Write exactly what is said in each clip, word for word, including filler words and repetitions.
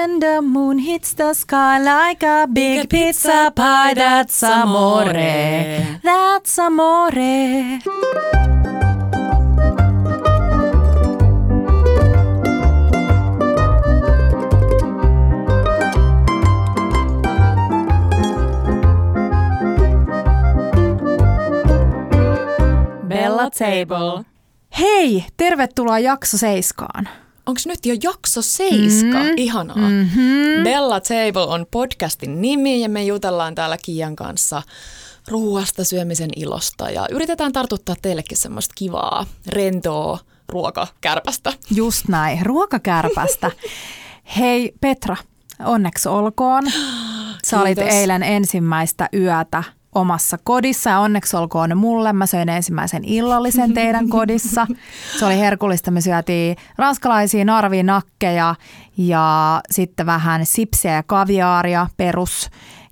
when the moon hits the sky like a big pizza pie. That's amore, that's amore. Bella Table. Hei, tervetuloa jakso seiskaan. Onko nyt jo jakso seiska? Mm-hmm. Ihanaa. Mm-hmm. Bella Table on podcastin nimi ja me jutellaan täällä Kiian kanssa ruuasta, syömisen ilosta ja yritetään tartuttaa teillekin semmoista kivaa, rentoa ruokakärpästä. Just näin, ruokakärpästä. Hei Petra, onneksi olkoon. Sä olit eilen ensimmäistä yötä omassa kodissa ja onneksi olkoon mulle. Mä söin ensimmäisen illallisen teidän kodissa. Se oli herkullista. Me syötiin ranskalaisia narvinakkeja ja sitten vähän sipsiä ja kaviaaria, perus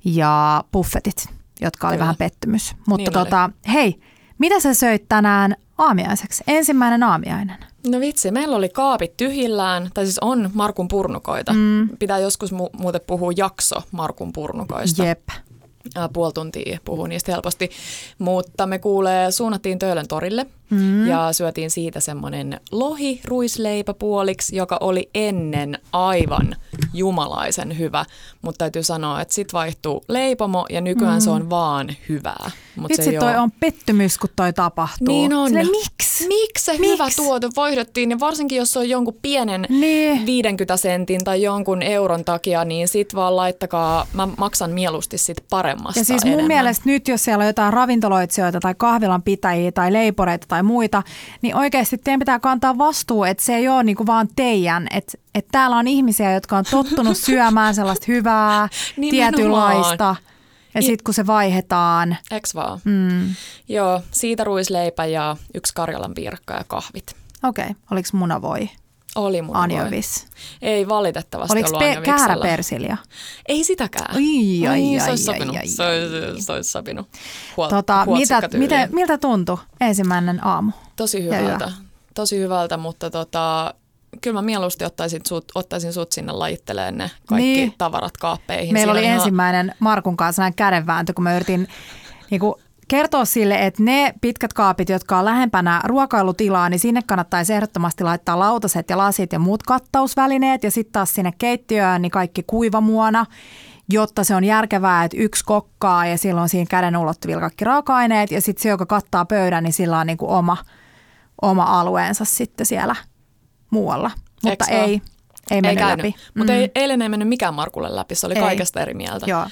ja buffetit, jotka oli Kyllä. vähän pettymys. Mutta niin tota, hei, mitä sä söit tänään aamiaiseksi? Ensimmäinen aamiainen. No vitsi, meillä oli kaapit tyhjillään, tai siis on Markun purnukoita. Mm. Pitää joskus mu- muuten puhua jakso Markun purnukoista. Jep. Puoli tuntia puhuu niistä helposti, mutta me kuulee, suunnattiin Töölön torille mm. ja syötiin siitä semmoinen lohi-ruisleipä puoliksi, joka oli ennen aivan jumalaisen hyvä, mutta täytyy sanoa, että sit vaihtuu leipomo ja nykyään mm. se on vaan hyvää. Mut Vitsi, se ei toi ole... on pettymys, kun toi tapahtuu. Niin on. Sille, miksi? Miksi se Miks? hyvä tuote vaihdettiin, ja varsinkin jos se on jonkun pienen niin. viidenkymmenen sentin tai jonkun euron takia, niin sit vaan laittakaa, mä maksan mieluusti sit paremmasta Ja siis mun enemmän. mielestä nyt, jos siellä on jotain ravintoloitsijoita tai kahvilan pitäjiä tai leiporeita tai muita, niin oikeasti teidän pitää kantaa vastuu, että se ei ole niinku vaan teidän, että et täällä on ihmisiä, jotka on tottunut syömään sellaista hyvää, tietynlaista. Ja sitten kun se vaihdetaan. Eks vaan? Mm. Joo, siitä ruisleipä ja yksi Karjalan piirakka ja kahvit. Okei, okay. Oliko munavoi? Oli munavoi. Anjovis? Ei valitettavasti Oliko ollut pe- anjoviksella. kääräpersilja? Ei sitäkään. Ai, ai, Ai, ai, se olisi ai, sopinut. ai, ai, se, olisi, se olisi sopinut. Huol, tota, mitä, mitä, miltä tuntui ensimmäinen aamu? Tosi hyvältä. Tosi hyvältä, mutta tota... Kyllä mä mieluusti ottaisin sut, ottaisin sut sinne lajittelemaan ne kaikki niin. tavarat kaappeihin. Meillä Siinä oli ihan... ensimmäinen Markun kanssa näin kädenvääntö, kun mä yritin niin kuin kertoa sille, että ne pitkät kaapit, jotka on lähempänä ruokailutilaa, niin sinne kannattaisi ehdottomasti laittaa lautaset ja lasit ja muut kattausvälineet. Ja sitten taas sinne keittiöön niin kaikki kuivamuona, jotta se on järkevää, että yksi kokkaa ja silloin siinä käden ulottuvilla kaikki raaka-aineet. Ja sitten se, joka kattaa pöydän, niin sillä on niin kuin oma, oma alueensa sitten siellä muualla, mutta Eks ei, ei mennyt ei läpi. Mutta mm. ei, eilen ei mennyt mikään Markulle läpi, se oli ei. kaikesta eri mieltä. Joo.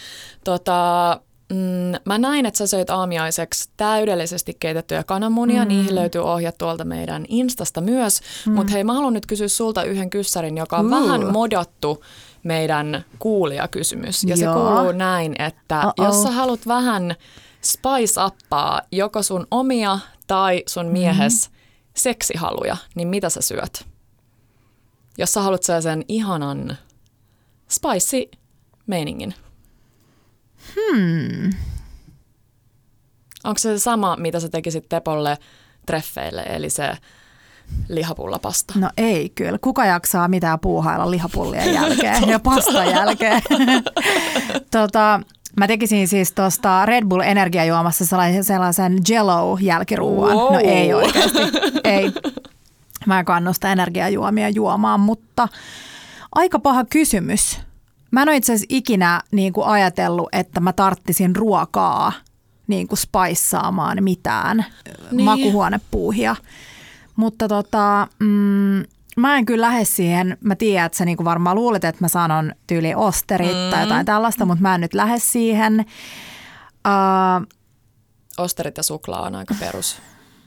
Tota, mm, mä näin, että sä söit aamiaiseksi täydellisesti keitettyjä kananmunia, mm. niihin löytyy ohjat tuolta meidän Instasta myös, mm. mutta hei, mä haluan nyt kysyä sulta yhden kyssärin, joka on uh. vähän modattu meidän kuulijakysymys. Ja Joo. se kuuluu näin, että Uh-oh. jos sä haluat vähän spice-appaa joko sun omia tai sun miehes mm. seksihaluja, niin mitä sä syöt? Jos sä haluat sen ihanan spicy meiningin. Hmm. Onko se sama, mitä sä tekisit Tepolle treffeille, eli se lihapullapasta? No ei kyllä. Kuka jaksaa mitään puuhailla lihapullien jälkeen ja pastan jälkeen? tota, mä tekisin siis tuosta Red Bull energiajuomassa sellaisen, sellaisen Jello-jälkiruuan. Wow. No ei oikeasti. Ei. Mä en kannusta energiajuomia juomaan, mutta aika paha kysymys. Mä en ole itse asiassa ikinä niin kuin ajatellut, että mä tarttisin ruokaa niin kuin spaissaamaan mitään niin. makuhuonepuuhia. Mutta tota, mm, mä en kyllä lähde siihen. Mä tiedän, että sä niin kuin varmaan luulet, että mä sanon tyyli osterit mm. tai jotain tällaista, mutta mä en nyt lähde siihen. Uh, Osterit ja suklaa on aika perus.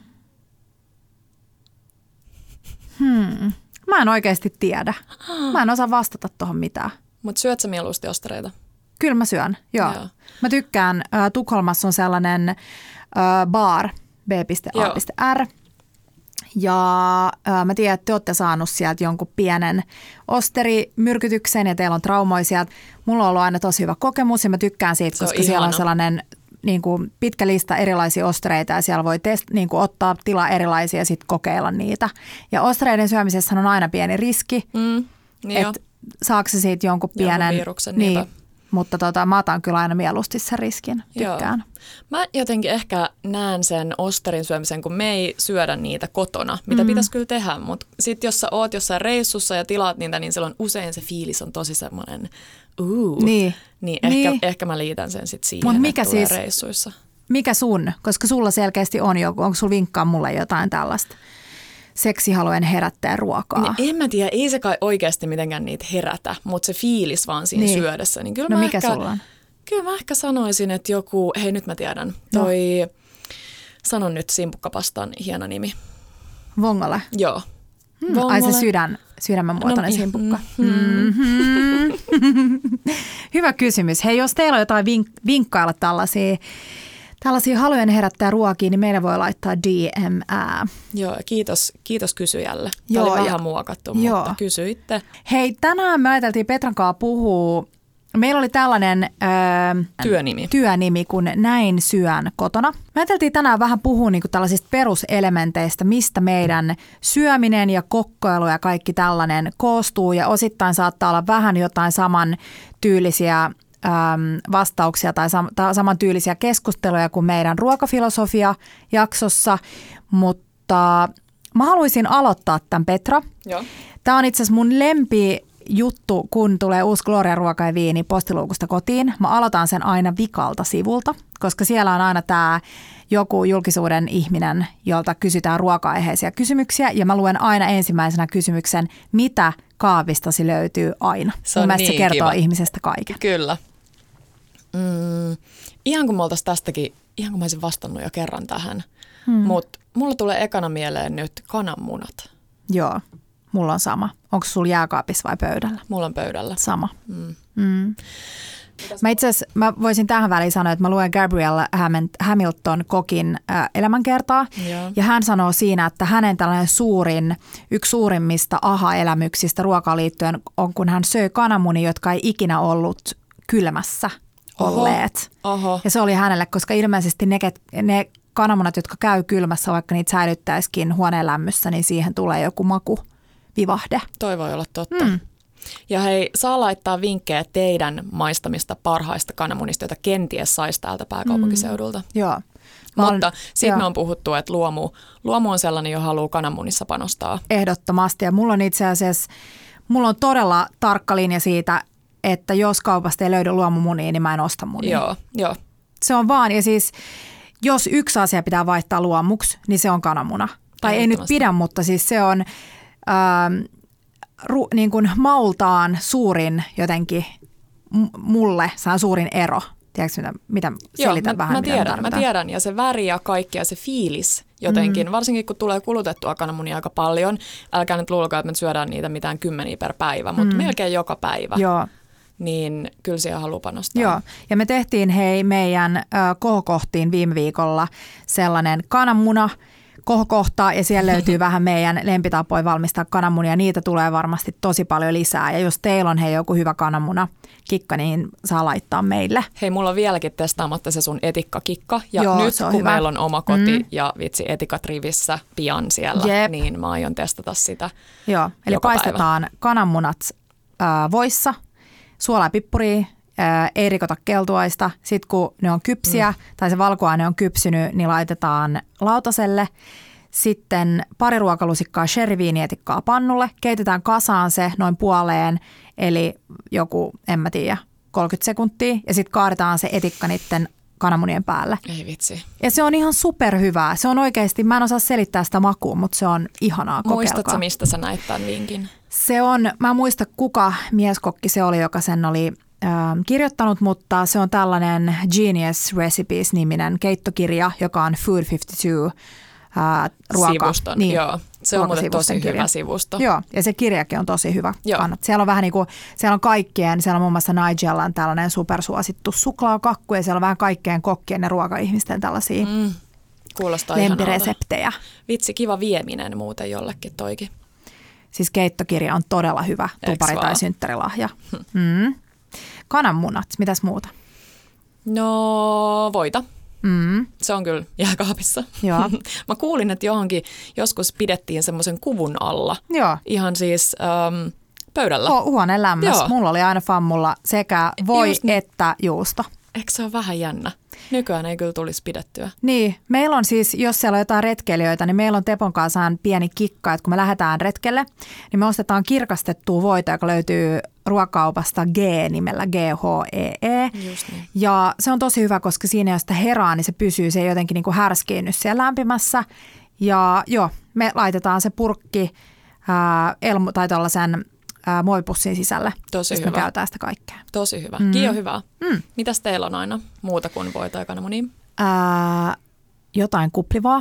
Hmm. Mä en oikeasti tiedä. Mä en osaa vastata tuohon mitään. Mutta syöt sä mieluusti ostereita? Kyllä mä syön, joo. joo. Mä tykkään, äh, Tukholmassa on sellainen äh, bar, b piste a piste r. Ja äh, mä tiedän, että te olette saanut sieltä jonkun pienen osterimyrkytyksen ja teillä on traumoisia. Mulla on ollut aina tosi hyvä kokemus ja mä tykkään siitä, koska siellä on sellainen niin kuin pitkä lista erilaisia ostereita ja siellä voi test, niin kuin ottaa tilaa erilaisia ja sitten kokeilla niitä. Ja ostereiden syömisessä on aina pieni riski, mm, niin että saako se siitä jonkun pienen... Jonkun viruksen, niin, niinpä. mutta tota, mä otan kyllä aina mieluusti sen riskin, tykkään. Joo. Mä jotenkin ehkä näen sen osterin syömisen, kun me ei syödä niitä kotona, mitä mm. pitäisi kyllä tehdä. Mutta sitten jos sä oot jossain reissussa ja tilaat niitä, niin silloin usein se fiilis on tosi semmoinen uu. Niin. Niin ehkä, niin. ehkä mä liitän sen sitten siihen, Mut mikä että tulee siis, reissuissa. Mikä sun? Koska sulla selkeästi on joku, onko sulla vinkkaa mulle jotain tällaista? Seksihaluen herättää ruokaa. Niin en mä tiedä, ei se kai oikeasti mitenkään niitä herätä, mutta se fiilis vaan siinä niin. syödessä. Niin kyllä no mä mikä ehkä, sulla on? Kyllä mä ehkä sanoisin, että joku, hei nyt mä tiedän, toi, no. sanon nyt simpukkapastan hieno nimi. Vongole? Joo. Hmm. Vongole. Ai se sydän, sydämen muotoinen no, simpukka. Mm-hmm. Mm-hmm. Hyvä kysymys. Hei, jos teillä on jotain vink- vinkkailla tällaisia, tällaisia halujen herättää ruokia, niin meidän voi laittaa D M. Joo, kiitos, kiitos kysyjälle. Tämä Joo, oli ja, vähän muokattu, joo. mutta kysyitte. Hei, tänään me ajateltiin Petran kanssa puhua. Meillä oli tällainen öö, työnimi. työnimi, kun Näin syön kotona. Me ajateltiin tänään vähän puhua niinku tällaisista peruselementeistä, mistä meidän syöminen ja kokkoilu ja kaikki tällainen koostuu. Ja osittain saattaa olla vähän jotain samantyylisiä öö, vastauksia tai, sam- tai samantyylisiä keskusteluja kuin meidän ruokafilosofia-jaksossa. Mutta mä haluaisin aloittaa tämän, Petra. Joo. Tämä on itse asiassa mun lempi juttu, kun tulee uusi Gloria ruoka ja viini postiluukusta kotiin. Mä aloitan sen aina vikalta sivulta, koska siellä on aina tämä joku julkisuuden ihminen, jolta kysytään ruoka-aiheisia kysymyksiä. Ja mä luen aina ensimmäisenä kysymyksen, mitä kaapistasi löytyy aina. Se mun on mielestä niin se kertoo kiva. ihmisestä kaiken. Kyllä. Mm, ihan kun me oltaisiin tästäkin, ihan kun mä olisin vastannut jo kerran tähän, hmm. mutta mulla tulee ekana mieleen nyt kananmunat. Joo. Mulla on sama. Onko sulla jääkaapissa vai pöydällä? Mulla on pöydällä. Sama. Mm. Mm. Mä itse asiassa, mä voisin tähän väliin sanoa, että mä luen Gabrielle Hamilton Cookin äh, elämänkertaa. Joo. Ja hän sanoo siinä, että hänen tällainen suurin, yksi suurimmista aha-elämyksistä ruokaan liittyen on, kun hän söi kananmunia, jotka ei ikinä ollut kylmässä olleet. Oho. Oho. Ja se oli hänelle, koska ilmeisesti ne, ne kananmunat, jotka käy kylmässä, vaikka niitä säilyttäisikin huoneen lämmössä, niin siihen tulee joku maku. Vivahde. Toi voi olla totta. Mm. Ja hei, saa laittaa vinkkejä teidän maistamista parhaista kananmunista, joita kenties saisi täältä pääkaupunkiseudulta. Mm. Joo. Mutta sitten me on puhuttu, että luomu, luomu on sellainen, jo haluaa kananmunissa panostaa. Ehdottomasti. Ja mulla on itse asiassa, mulla on todella tarkka linja siitä, että jos kaupasta ei löydy luomumunia, niin mä en osta munia. Joo, joo. Se on vaan, ja siis jos yksi asia pitää vaihtaa luomuksi, niin se on kananmuna. Tai ei nyt pidä, mutta siis se on... Ähm, ru, niin kuin maultaan suurin jotenkin m- mulle, se on suurin ero. Tiedätkö mitä, mitä selitän Joo, vähän, mä, mitä tiedän, mä tiedän, ja se väri ja kaikki ja se fiilis jotenkin, mm. varsinkin kun tulee kulutettua kananmunia aika paljon. Älkää nyt luulkaa, että me syödään niitä mitään kymmeniä per päivä, mutta mm. melkein joka päivä. Joo. Niin kyllä siihen haluaa panostaa. Joo, ja me tehtiin hei meidän äh, kohokohtiin viime viikolla sellainen kananmuna, kohokohta ja siellä löytyy vähän meidän lempitapoja valmistaa kananmunia. Niitä tulee varmasti tosi paljon lisää. Ja jos teillä on hei joku hyvä kananmuna kikka, niin saa laittaa meille. Hei, mulla on vieläkin testaamatta se sun etikkakikka. Ja Joo, nyt kun hyvä. meillä on oma koti mm. ja vitsi etikat rivissä pian siellä, Jep. niin mä aion testata sitä. Joo, eli joka paistetaan päivä. kananmunat äh, voissa, suolaa ja pippuria, äh, ei rikota keltuaista. Sitten kun ne on kypsiä mm. tai se valkuaine on kypsynyt, niin laitetaan lautaselle. Sitten pari ruokalusikkaa sherryviinietikkaa pannulle. Keitetään kasaan se noin puoleen, eli joku, en mä tiedä, kolmekymmentä sekuntia. Ja sitten kaadetaan se etikka niiden kananmunien päälle. Ei vitsi. Ja se on ihan superhyvää. Se on oikeasti, mä en osaa selittää sitä makua, mutta se on ihanaa. Kokeilkaa. Muistatko, mistä sä näit tämän vinkin? Se on, mä en muista kuka mieskokki se oli, joka sen oli äh, kirjoittanut, mutta se on tällainen Genius Recipes-niminen keittokirja, joka on Food viisikymmentäkaksi äh, ruoka. Sivuston, niin, joo. Se on muuten tosi kirja. hyvä sivusto. Joo, ja se kirjakin on tosi hyvä. Joo. Siellä on vähän niin kuin, siellä on kaikkien, siellä on muun muassa Nigellan tällainen supersuosittu suklaakakku, ja siellä on vähän kaikkien kokkien ja ruokaihmisten tällaisia mm. Kuulostaa lempireseptejä. ihanalta. Vitsi, kiva vieminen muuten jollekin toikin. Siis keittokirja on todella hyvä tupari- tai synttärilahja. Mm. Kananmunat, mitäs muuta? No, voita. Mm. Se on kyllä jääkaapissa. Joo. Mä kuulin, että johonkin joskus pidettiin semmoisen kuvun alla. Joo. Ihan siis ähm, pöydällä. Hu- huoneen lämmössä. Joo. Mulla oli aina fammulla sekä voi Just niin. että juusto. Eikö se ole vähän jännä? Nykyään ei kyllä tulisi pidettyä. Niin, meillä on siis, jos siellä on jotain retkeilijöitä, niin meillä on Tepon kanssa pieni kikka, että kun me lähdetään retkelle, niin me ostetaan kirkastettua voita, joka löytyy ruokakaupasta G-nimellä G H E E. Just niin. Ja se on tosi hyvä, koska siinä jos sitä herää, niin se pysyy, se ei jotenkin niin kuin härskiinny siellä lämpimässä. Ja joo, me laitetaan se purkki ää, elmu, tai tuollaisen ää, muovipussin sisälle. Tosi hyvä. hyvä. Me käytetään sitä kaikkea. Tosi hyvä. Mm. Kio hyvää. Mm. Mitäs teillä on aina muuta kuin voita ja kananmunia? Ää, jotain kuplivaa.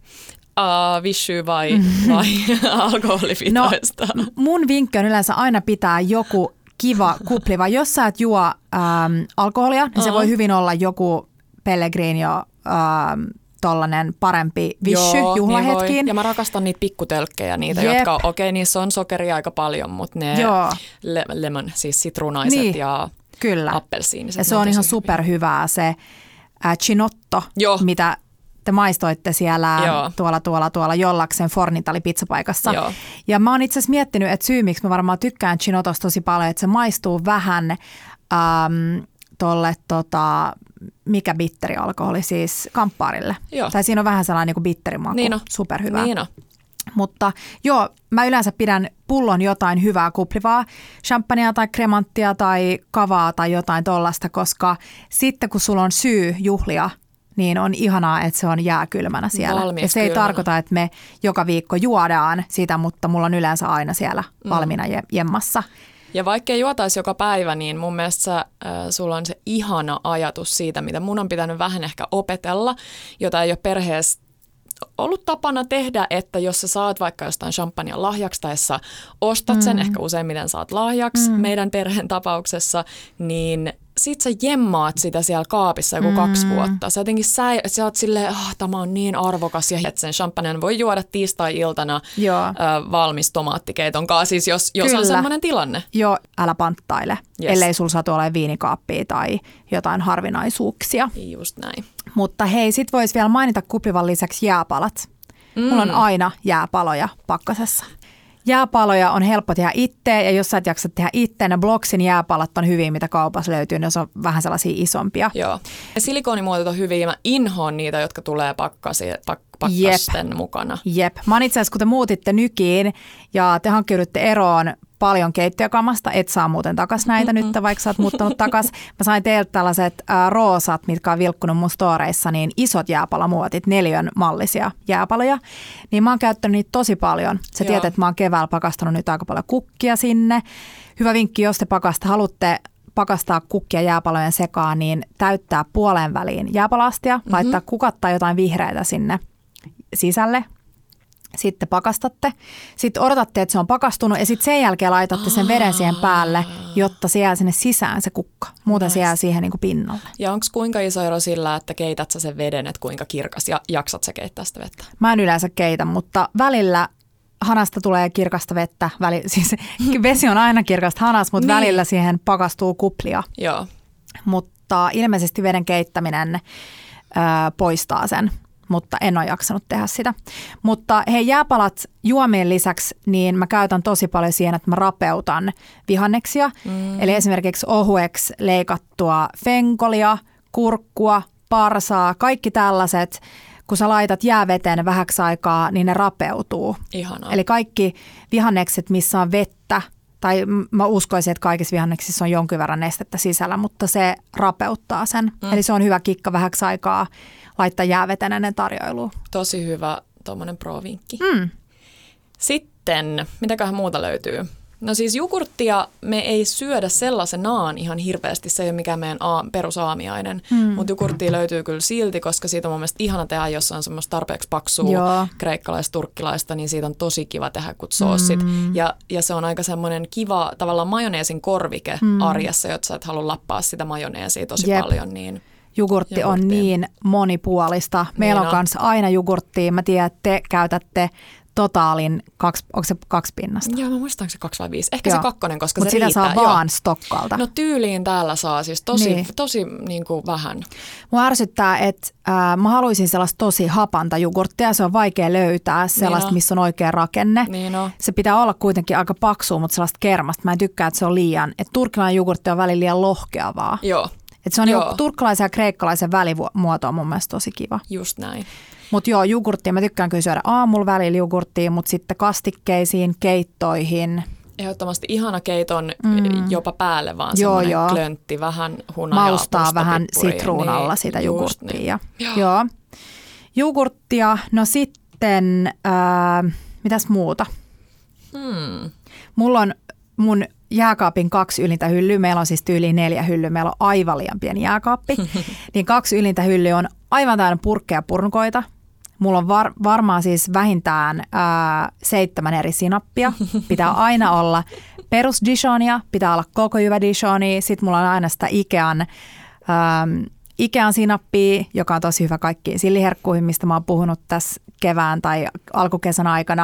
Uh, Vichy vai, vai alkoholipitoista? No, mun vinkki on yleensä aina pitää joku kiva kupliva. Jos sä et juo äm, alkoholia, niin uh-huh. se voi hyvin olla joku Pellegrino, äm, tollanen parempi Vichy juhlahetkiin. Niin ja mä rakastan niitä pikkutölkkejä, niitä, Jep. jotka, okei, okay, niissä on sokeria aika paljon, mutta ne le, lemon, siis sitruunaiset niin, ja kyllä. appelsiiniset. Ja se on ihan superhyvää se äh, chinotto, Joo. mitä te maistoitte siellä Joo. tuolla, tuolla, tuolla Jollaksen Fornitali-pizzapaikassa. Joo. Ja mä oon itse asiassa miettinyt, että syy, miksi mä varmaan tykkään chinotosta tosi paljon, että se maistuu vähän äm, tolle, tota, mikä bitterialkoholi, siis kamppaarille. Joo. Tai siinä on vähän sellainen niin kuin bitterimaku, niin superhyvä. Niin on. Mutta joo, mä yleensä pidän pullon jotain hyvää kuplivaa, champagnea tai kremanttia tai kavaa tai jotain tollasta, koska sitten kun sulla on syy juhlia, niin on ihanaa, että se on jääkylmänä siellä. Valmis ja se ei kylmänä. tarkoita, että me joka viikko juodaan sitä, mutta mulla on yleensä aina siellä valmiina mm. jemmassa. Ja vaikka ei juotaisi joka päivä, niin mun mielestä sä, äh, sulla on se ihana ajatus siitä, mitä mun on pitänyt vähän ehkä opetella, jota ei ole perheessä ollut tapana tehdä, että jos sä saat vaikka jostain champagnea lahjaksi tai sä ostat sen, mm. ehkä useimmiten saat lahjaksi mm. meidän perheen tapauksessa, niin sit sä jemmaat sitä siellä kaapissa joku mm. kaksi vuotta. Sä jotenkin sä, sä oot silleen, ah, tämä on niin arvokas ja että sen champagnen voi juoda tiistai-iltana äh, valmis tomaattikeiton kanssa, siis jos, jos on semmoinen tilanne. Joo, älä panttaile, yes. ellei sulla saatu ole viinikaappia tai jotain harvinaisuuksia. Just näin. Mutta hei, sit vois vielä mainita kuplivan lisäksi jääpalat. Mm. Mulla on aina jääpaloja pakkasessa. Jääpaloja on helppo tehdä itse ja jos sä et jaksa tehdä itse, ne Blocksin jääpalat on hyviä, mitä kaupassa löytyy, ne on vähän sellaisia isompia. Joo. Ja silikoonimuotot on hyviä, mä inhoon niitä, jotka tulee pakkasi, pak, pakkasten Jep. mukana. Jep. Mä oon itse asiassa, kun te muutitte Nykiin ja te hankkiudutte eroon paljon keittiökamasta, et saa muuten takas näitä mm-hmm. nyt, vaikka sä oot muuttanut takas. Mä sain teiltä tällaiset äh, roosat, mitkä on vilkkunut mun storeissa, niin isot jääpalamuotit, neljön mallisia jääpaloja. Niin mä oon käyttänyt niitä tosi paljon. Sä tiedät, että mä oon keväällä pakastanut nyt aika paljon kukkia sinne. Hyvä vinkki, jos te pakasta, haluatte pakastaa kukkia jääpalojen sekaan, niin täyttää puoleen väliin jääpalastia, mm-hmm. laittaa kukat tai jotain vihreitä sinne sisälle. Sitten pakastatte. Sitten odotatte, että se on pakastunut ja sitten sen jälkeen laitatte sen veden siihen päälle, jotta se jää sinne sisään se kukka. Muuten nice. Se jää siihen niin kuin pinnalle. Ja onko kuinka iso ero sillä, että keität sä sen veden, että kuinka kirkas ja jaksat sä keittää sitä vettä? Mä en yleensä keitä, mutta välillä hanasta tulee kirkasta vettä. Väli, siis vesi on aina kirkasta hanasta, mutta niin. välillä siihen pakastuu kuplia. Joo. Mutta ilmeisesti veden keittäminen ö, poistaa sen. Mutta en ole jaksanut tehdä sitä. Mutta hei, jääpalat juomien lisäksi, niin mä käytän tosi paljon siihen, että mä rapeutan vihanneksia. Mm. Eli esimerkiksi ohueksi leikattua fenkolia, kurkkua, parsaa, kaikki tällaiset, kun sä laitat jääveteen vähäksi aikaa, niin ne rapeutuu. Ihanaa. Eli kaikki vihannekset, missä on vettä, tai mä uskoisin, että kaikissa vihanneksissa on jonkin verran nestettä sisällä, mutta se rapeuttaa sen. Mm. Eli se on hyvä kikka vähäksi aikaa laittaa jääveteen ennen tarjoilua. Tosi hyvä tuommoinen pro-vinkki. Mm. Sitten, mitäköhän muuta löytyy? No siis jogurttia me ei syödä sellaisenaan ihan hirveästi, se ei ole mikään meidän a- perusaamiainen, mm. mutta jogurttia löytyy kyllä silti, koska siitä on mun mielestä ihana tehdä, jos on semmoista tarpeeksi paksua Joo. kreikkalaista, turkkilaista, niin siitä on tosi kiva tehdä kuin soosit. Mm. Ja, ja se on aika semmoinen kiva tavallaan majoneesin korvike mm. arjessa, jotta sä et halua lappaa sitä majoneesia tosi Jep. paljon, niin Jogurtti on niin monipuolista. Meillä niin on myös aina jogurttia. Mä tiedän, että te käytätte totaalin, kaksi, onko se kaksi pinnasta? Joo, mä muistan, onko se kaksi vai viisi. Ehkä Joo. se kakkonen, koska Mut se sitä riittää. saa vaan Stokkalta. No tyyliin täällä saa siis tosi, niin. tosi niin kuin vähän. Mua ärsyttää, että äh, mä haluaisin sellaista tosi hapanta jogurttia. Se on vaikea löytää sellaista, niin missä on oikea rakenne. Niin no. Se pitää olla kuitenkin aika paksua, mutta sellaista kermasta. Mä en tykkää, että se on liian, että turkkilainen jogurtti on välillä liian lohkeavaa. Joo. Että se on niinku turkkalaisen ja kreikkalaisen välimuoto on mun mielestä tosi kiva. Just näin. Mutta joo, jogurttia. Mä tykkään kyllä syödä aamulla välillä jogurttia, mutta sitten kastikkeisiin, keittoihin. Ehdottomasti ihana keiton mm. jopa päälle, vaan joo, semmoinen joo. klöntti, vähän hunajaa, maustaa vähän sitruunalla niin, sitä jogurttia. Niin. Joo. joo. Jogurttia, no sitten, ää, mitäs muuta? Hmm. Mulla on mun jääkaapin kaksi ylintä hyllyä. Meillä on siis tyyliin neljä hyllyä. Meillä on aivan liian pieni jääkaappi. Niin kaksi ylintä hyllyä on aivan täynnä purkkeja ja purnukoita. Mulla on var, varmaan siis vähintään ää, seitsemän eri sinappia. Pitää aina olla perus Dijonia, pitää olla koko jyvä Dijonia. Sitten mulla on aina sitä Ikean, ää, Ikean sinappia, joka on tosi hyvä kaikkiin silliherkkuihin, mistä mä oon puhunut tässä kevään tai alkukesän aikana.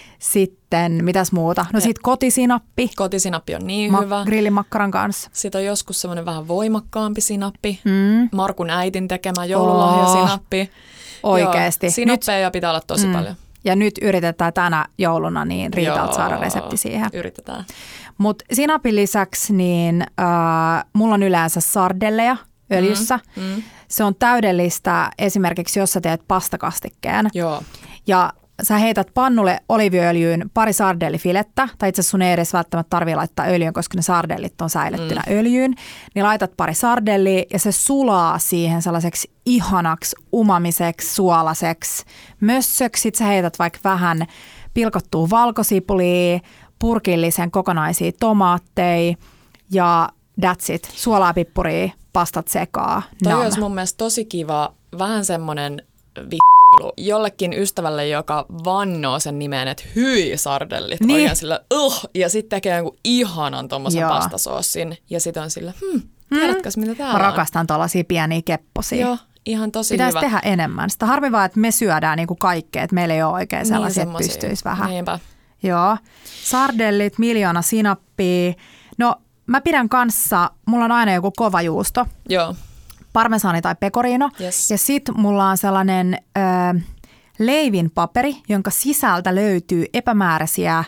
Sitten, mitäs muuta? No sit kotisinappi. Kotisinappi on niin Ma- hyvä. Grillimakkaran kanssa. Sitten on joskus semmoinen vähän voimakkaampi sinappi. Mm. Markun äitin tekemä joululahjasinappi. Oikeesti. Sinappeja pitää olla tosi mm. paljon. Ja nyt yritetään tänä jouluna niin Riitalta saada resepti siihen. Yritetään. Mutta sinapin lisäksi niin äh, mulla on yleensä sardelleja öljyssä. Mm. Mm. Se on täydellistä esimerkiksi, jos sä teet pastakastikkeen. Joo. Ja sä heität pannulle oliiviöljyyn pari sardellifilettä, tai itse asiassa sun ei edes välttämättä tarvitse laittaa öljyyn, koska ne sardellit on säilyttynä mm. öljyyn. Niin laitat pari sardellia ja se sulaa siihen sellaiseksi ihanaksi, umamiseksi, suolaseksi mössöksi. Sitten sä heität vaikka vähän pilkottua valkosipulia, purkillisen kokonaisia tomaatteja ja that's it. Suolaa, pippuria, pastat sekaa. Toi olisi mun mielestä tosi kiva, vähän semmoinen vi- jollekin ystävälle, joka vannoo sen nimeen, että hyi sardellit. Niin. Oikein sillä, uh, ja sitten tekee jonkun ihanan tommosen pastasoossin. Ja sitten on sillä, hmm, tiedätkäs mitä täällä Mä on. rakastan tuollaisia pieniä kepposia. Joo, ihan tosi Pitäisi hyvä. tehdä enemmän. Sitä harmi vaan, että me syödään niinku kaikkea, että meillä ei ole oikein sellaisia, niin että pystyisi vähän. Niinpä. Joo. Sardellit, miljoona sinappia. No mä pidän kanssa, mulla on aina joku kova juusto. Joo. Parmesaani tai pecorino. Yes. Ja sit mulla on sellainen ö, leivinpaperi, jonka sisältä löytyy epämääräisiä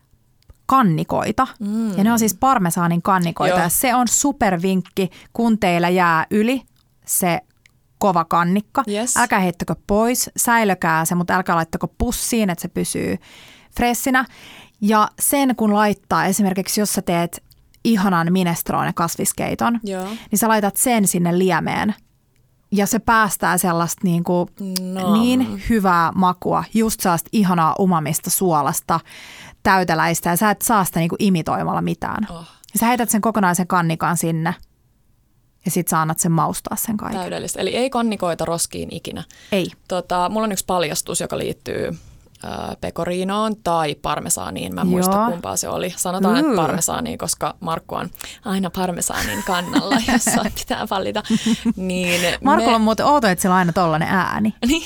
kannikoita. Mm. Ja ne on siis parmesaanin kannikoita. Joo. Ja se on supervinkki, kun teillä jää yli se kova kannikka. Yes. Älkää heittäkö pois, säilökää se, mutta älkää laittako pussiin, että se pysyy fressinä. Ja sen kun laittaa esimerkiksi, jos sä teet ihanan minestrone kasviskeiton, Joo. niin sä laitat sen sinne liemeen. Ja se päästää sellaista niin, kuin no. niin hyvää makua, just sellaista ihanaa umamista suolasta, täyteläistä. Ja sä et saa sitä niin kuin imitoimalla mitään. Oh. Ja sä heität sen kokonaisen kannikan sinne ja sit sä annat sen maustaa sen kaiken. Täydellistä. Eli ei kannikoita roskiin ikinä. Ei. Tota, mulla on yksi paljastus, joka liittyy pecorinoon tai parmesaaniin. Mä en muista Joo. kumpaa se oli. Sanotaan, Mm. että parmesaaniin, koska Markku on aina parmesaanin kannalla, jossa pitää valita. Niin Markulla me... on muuten outo, että sillä on aina tollainen ääni. Niin.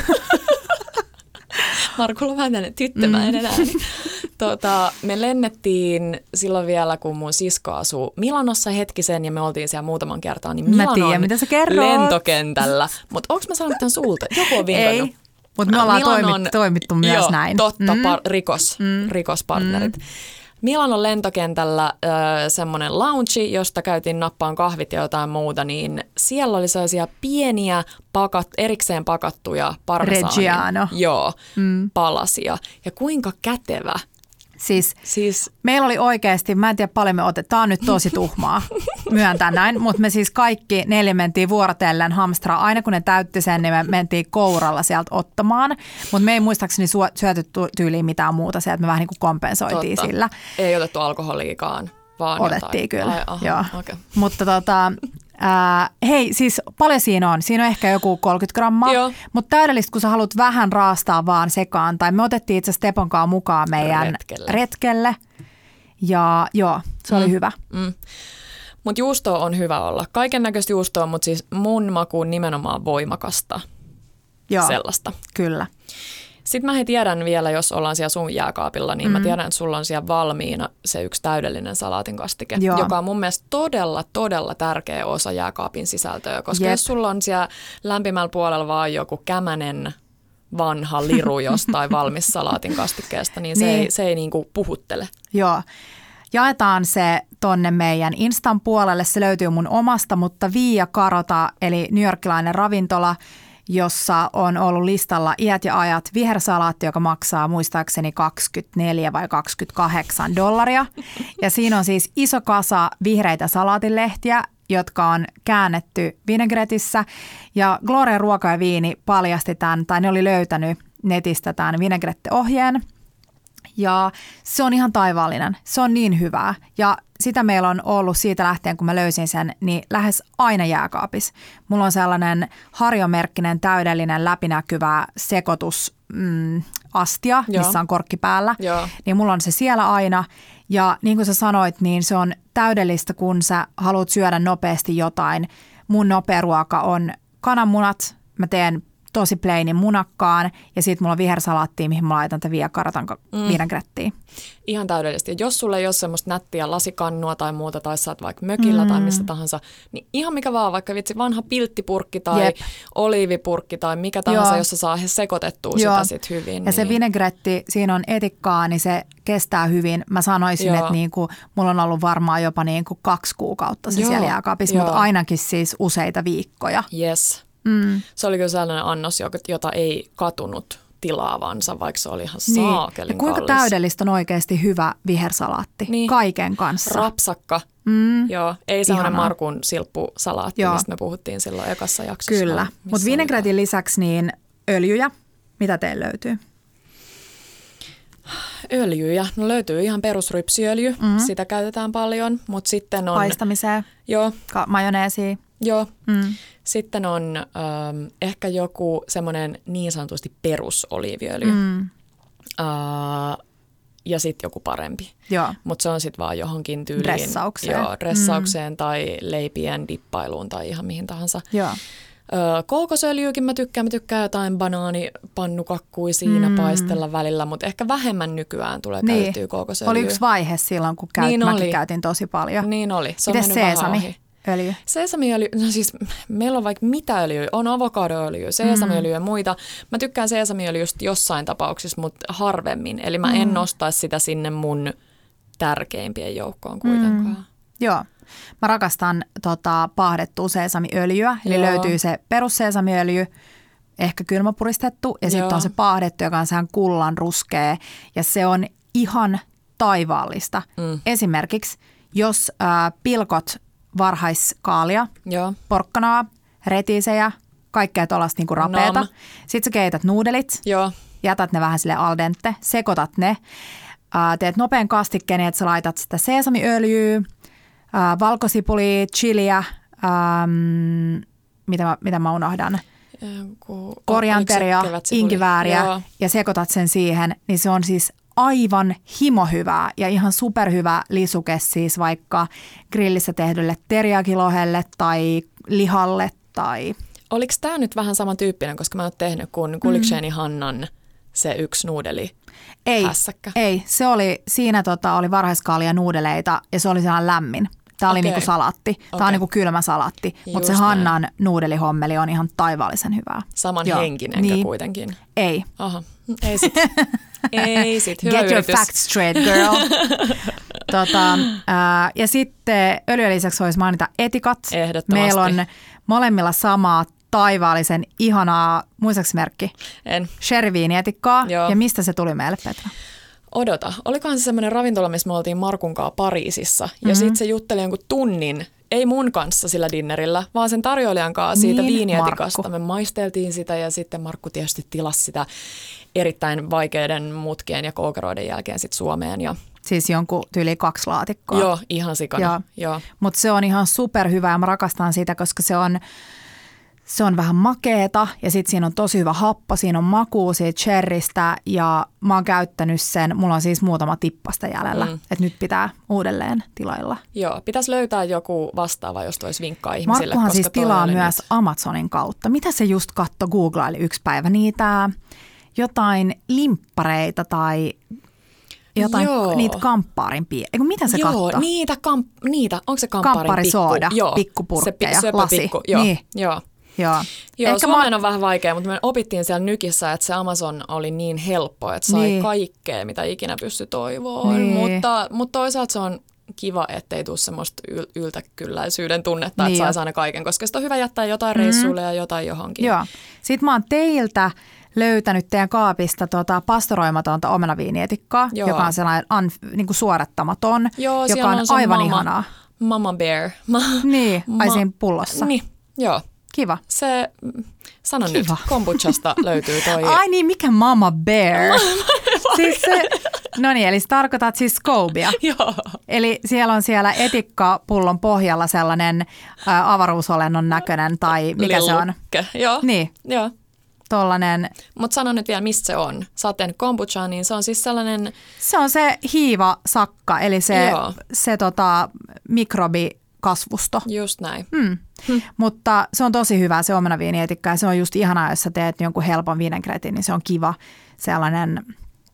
Markulla on vähän tämmöinen tyttömäinen ääni. Tota, me lennettiin silloin vielä, kun mun sisko asuu Milanossa hetkisen ja me oltiin siellä muutaman kertaa. Niin Mä tiedän, mitä sä kerrot. lentokentällä. Mutta onko mä saanut tämän sulta? Joku on vinkannut. Ei. Mutta me ollaan Milanon, toimittu, toimittu myös joo, näin. Totta, mm. par, rikos, mm. rikospartnerit. Mm. Milanon lentokentällä äh, semmoinen lounge, josta käytiin nappaan kahvit ja jotain muuta, niin siellä oli sellaisia pieniä pakat, erikseen pakattuja parmesaanin joo, mm. palasia. Ja kuinka kätevä. Siis, siis meillä oli oikeasti, mä en tiedä paljon me otettiin, tää on nyt tosi tuhmaa myöntää näin, mutta me siis kaikki neljä mentiin vuorotellen hamstraa. Aina kun ne täytti sen, niin me mentiin kouralla sieltä ottamaan, mutta me ei muistaakseni syöty tyyliin mitään muuta sieltä, me vähän niin kuin kompensoitiin totta. sillä. Ei otettu alkoholiikaan, vaan otettiin jotain. kyllä, Ai, aha, joo. Okay. Mutta tota... Äh, hei, siis paljon siinä on. Siinä on ehkä joku kolmekymmentä grammaa, Joo. mutta täydellistä, kun sä haluat vähän raastaa vaan sekaan. Tai me otettiin itse asiassa Teponkaan mukaan meidän retkelle. retkelle. Ja joo, se oli mm. hyvä. Mm. Mutta juustoa on hyvä olla. Kaiken näköistä juustoa, mutta siis mun makuun nimenomaan voimakasta. Joo, sellaista. Kyllä. Sitten mä he tiedän vielä, jos ollaan siellä sun jääkaapilla, niin mm. mä tiedän, että sulla on siellä valmiina se yksi täydellinen salaatin kastike, Joo. joka on mun mielestä todella, todella tärkeä osa jääkaapin sisältöä, koska Jep. jos sulla on siellä lämpimällä puolella vaan joku kämänen vanha liru jostain valmis salaatin kastikkeesta, niin se niin. ei, se ei niinku puhuttele. Joo. Jaetaan se tonne meidän Instan puolelle. Se löytyy mun omasta, mutta Via Carota, eli newyorkilainen ravintola, jossa on ollut listalla iät ja ajat vihersalaatti, joka maksaa muistaakseni kaksikymmentäneljä vai kaksikymmentäkahdeksan dollaria. Ja siinä on siis iso kasa vihreitä salaatinlehtiä, jotka on käännetty vinagretissä. Ja Gloria Ruoka ja Viini paljasti tämän, tai ne oli löytänyt netistä tämän vinaigrette-ohjeen. Ja se on ihan taivaallinen. Se on niin hyvää. Ja sitä meillä on ollut siitä lähtien, kun mä löysin sen, niin lähes aina jääkaapissa. Mulla on sellainen harjomerkkinen, täydellinen, läpinäkyvä sekoitus mm, astia, Joo. missä on korkki päällä. Joo. Niin mulla on se siellä aina. Ja niin kuin sä sanoit, niin se on täydellistä, kun sä haluat syödä nopeasti jotain. Mun nopea ruoka on kananmunat. Mä teen tosi plainin munakkaan ja sitten mulla on vihersalaattia, mihin mä laitan tätä Via Carotan mm. vinagrettiä. Ihan täydellisesti. Ja jos sulla ei ole semmoista nättiä lasikannua tai muuta, tai sä oot vaikka mökillä mm. tai missä tahansa, niin ihan mikä vaan, vaikka vitsi vanha pilttipurkki tai Jep. oliivipurkki tai mikä tahansa, Joo. jossa saa sekoitettua Joo. sitä sit hyvin. Ja niin. se vinagretti, siinä on etikkaa, niin se kestää hyvin. Mä sanoisin, Joo. että niinku, mulla on ollut varmaan jopa niinku kaksi kuukautta se Joo. siellä jääkaapissa, mutta ainakin siis useita viikkoja. Yes. Mm. Se oli kyllä sellainen annos, jota ei katunut tilaavansa, vaikka se oli ihan saakelin niin. Kuinka kallis. täydellistä on oikeasti hyvä vihersalaatti niin. kaiken kanssa? Rapsakka. Mm. Joo, ei sellainen Markun silppusalaatti, Joo. mistä me puhuttiin silloin ekassa jaksossa. Kyllä, mutta vinagretin lisäksi niin öljyjä. Mitä teillä löytyy? Öljyjä. No löytyy ihan perusrypsiöljy. Mm-hmm. Sitä käytetään paljon, mutta sitten on... Paistamiseen. Joo. Ka- majoneesiin. Joo. Mm. Sitten on ähm, ehkä joku semmoinen niin sanotusti perusoliiviöljy. Mm. Äh, ja sitten joku parempi. Mutta se on sitten vaan johonkin tyyliin. Dressaukseen. Joo, dressaukseen mm. tai leipien dippailuun tai ihan mihin tahansa. Joo. Öö, kookosöljyykin mä tykkään. Mä tykkään jotain banaanipannukakkuja siinä mm. paistella välillä, mutta ehkä vähemmän nykyään tulee niin. käytettyä kookosöljyä. Oli yksi vaihe silloin, kun käyt, niin mäkin käytin tosi paljon. Niin oli. Se Miten seesami? Öljy? Sesamiöljy, no siis meillä on vaikka mitä öljyä, on avokadoöljyä, sesamiöljyä mm. ja muita. Mä tykkään sesamiöljystä jossain tapauksissa, mutta harvemmin. Eli mä en mm. nostaisi sitä sinne mun tärkeimpien joukkoon kuitenkaan. Mm. Joo. Mä rakastan tota, paahdettua sesamiöljyä, eli Joo. löytyy se perussesamiöljy, ehkä kylmäpuristettu, ja sitten on se paahdettu, joka on sehän kullan ruskea, ja se on ihan taivaallista. Mm. Esimerkiksi, jos äh, pilkot varhaiskaalia, Joo. porkkanaa, retiisejä, kaikkea tuollaista niinku rapeata, Nom. Sitten sä keität nuudelit, Joo. jätät ne vähän sille al dente, sekoitat ne, äh, teet nopean kastikkeen, että sä laitat sitä sesamiöljyä, Äh, valkosipuli, chiliä, ähm, mitä, mä, mitä mä unohdan, Joku, korianteria, inkivääriä Joo. ja sekoitat sen siihen, niin se on siis aivan himohyvää ja ihan superhyvä lisuke siis vaikka grillissä tehdylle teriyakilohelle tai lihalle. Tai... Oliko tämä nyt vähän samantyyppinen, koska mä oon tehnyt kuin Kulikseni mm. Hannan se yksi nuudeli? Ei, hässäkkä. ei. Se oli, siinä tota, oli varhaiskaalia nuudeleita ja se oli sellainen lämmin. Tämä oli okay. niinku salaatti. Tämä okay. on niinku kylmä salaatti, mutta se Hannan näin. Nuudelihommeli on ihan taivaallisen hyvää. Saman Joo. henkinenkö niin. kuitenkin? Ei. Aha, ei sit. ei sit. Hyvä Get yritys. your facts straight, girl. tota, ää, ja sitten öljyä lisäksi voisi mainita etikat. Ehdottomasti. Meillä on molemmilla samaa taivaallisen ihanaa, muistaakseni merkki? En. Sherry-viinietikkaa. Ja mistä se tuli meille, Petra? Odota, olikohan se semmoinen ravintola, missä me oltiin Markun kanssa Pariisissa. Ja mm-hmm. sitten se jutteli jonkun tunnin, ei mun kanssa sillä dinnerillä, vaan sen tarjoilijan kanssa siitä niin, viinietikasta. Markku. Me maisteltiin sitä ja sitten Markku tietysti tilasi sitä erittäin vaikeiden mutkien ja koukeroiden jälkeen sitten Suomeen. Ja siis jonkun tyyli kaksi laatikkoa. Joo, ihan sikana. Joo. Mutta se on ihan superhyvä ja mä rakastan sitä, koska se on... Se on vähän makeeta ja sitten siinä on tosi hyvä happo, siinä on makuu siitä cherrystä ja mä oon käyttänyt sen, mulla on siis muutama tippasta jäljellä, mm. että nyt pitää uudelleen tilailla. Joo, pitäisi löytää joku vastaava, jos toisi vinkkaa ihmisille. Markkuhan siis tilaa myös nyt Amazonin kautta. Mitä se just katto, googlaili yksi päivä niitä jotain limppareita tai jotain Joo. niitä kamppaarin pie... Eiku, mitä se Joo, kattoo? niitä, kamp, niitä, onko se kamppaarin Kamppaarisooda, pikku? Joo, pikkupurkkeja, se lasi. pikku, joo, Niin. joo. Joo. Joo, Ehkä Suomeen mä... on vähän vaikea, mutta me opittiin siellä Nykissä, että se Amazon oli niin helppo, että sai niin. kaikkea, mitä ikinä pystyi toivomaan. Niin. Mutta, mutta toisaalta se on kiva, ettei tule semmoista yl- yltäkylläisyyden tunnetta, Niin että jo. saisi aina kaiken, koska sitten on hyvä jättää jotain reissuille mm. ja jotain johonkin. Joo. Sitten mä oon teiltä löytänyt teidän kaapista tota pastoroimatonta omenaviinietikkaa, Joo. joka on sellainen un, niin kuin suorattamaton, Joo, joka on, on se aivan mama, ihanaa. Mama Bear. Ma, Niin, ai ma, siinä pullossa. Niin, joo. Kiva. Se, sano Kiva. nyt, kombuchasta löytyy toi. Ai niin, mikä Mama Bear? Siis se, no niin, eli sä tarkoitat siis Scobia. Joo. Eli siellä on siellä etikkapullon pohjalla sellainen ä, avaruusolennon näköinen tai mikä se on? Lillukke. Joo. Niin, Joo. tollainen. Mutta sano nyt vielä, mistä se on. Sä oot tehnyt kombuchaa, niin se on siis sellainen... Se on se hiivasakka, eli se, Joo. se tota, mikrobikasvusto. Just näin. Hmm. Hmm. Mutta se on tosi hyvä se omenaviinietikka ja se on just ihanaa, jos sä teet jonkun helpon vinegretin, niin se on kiva sellainen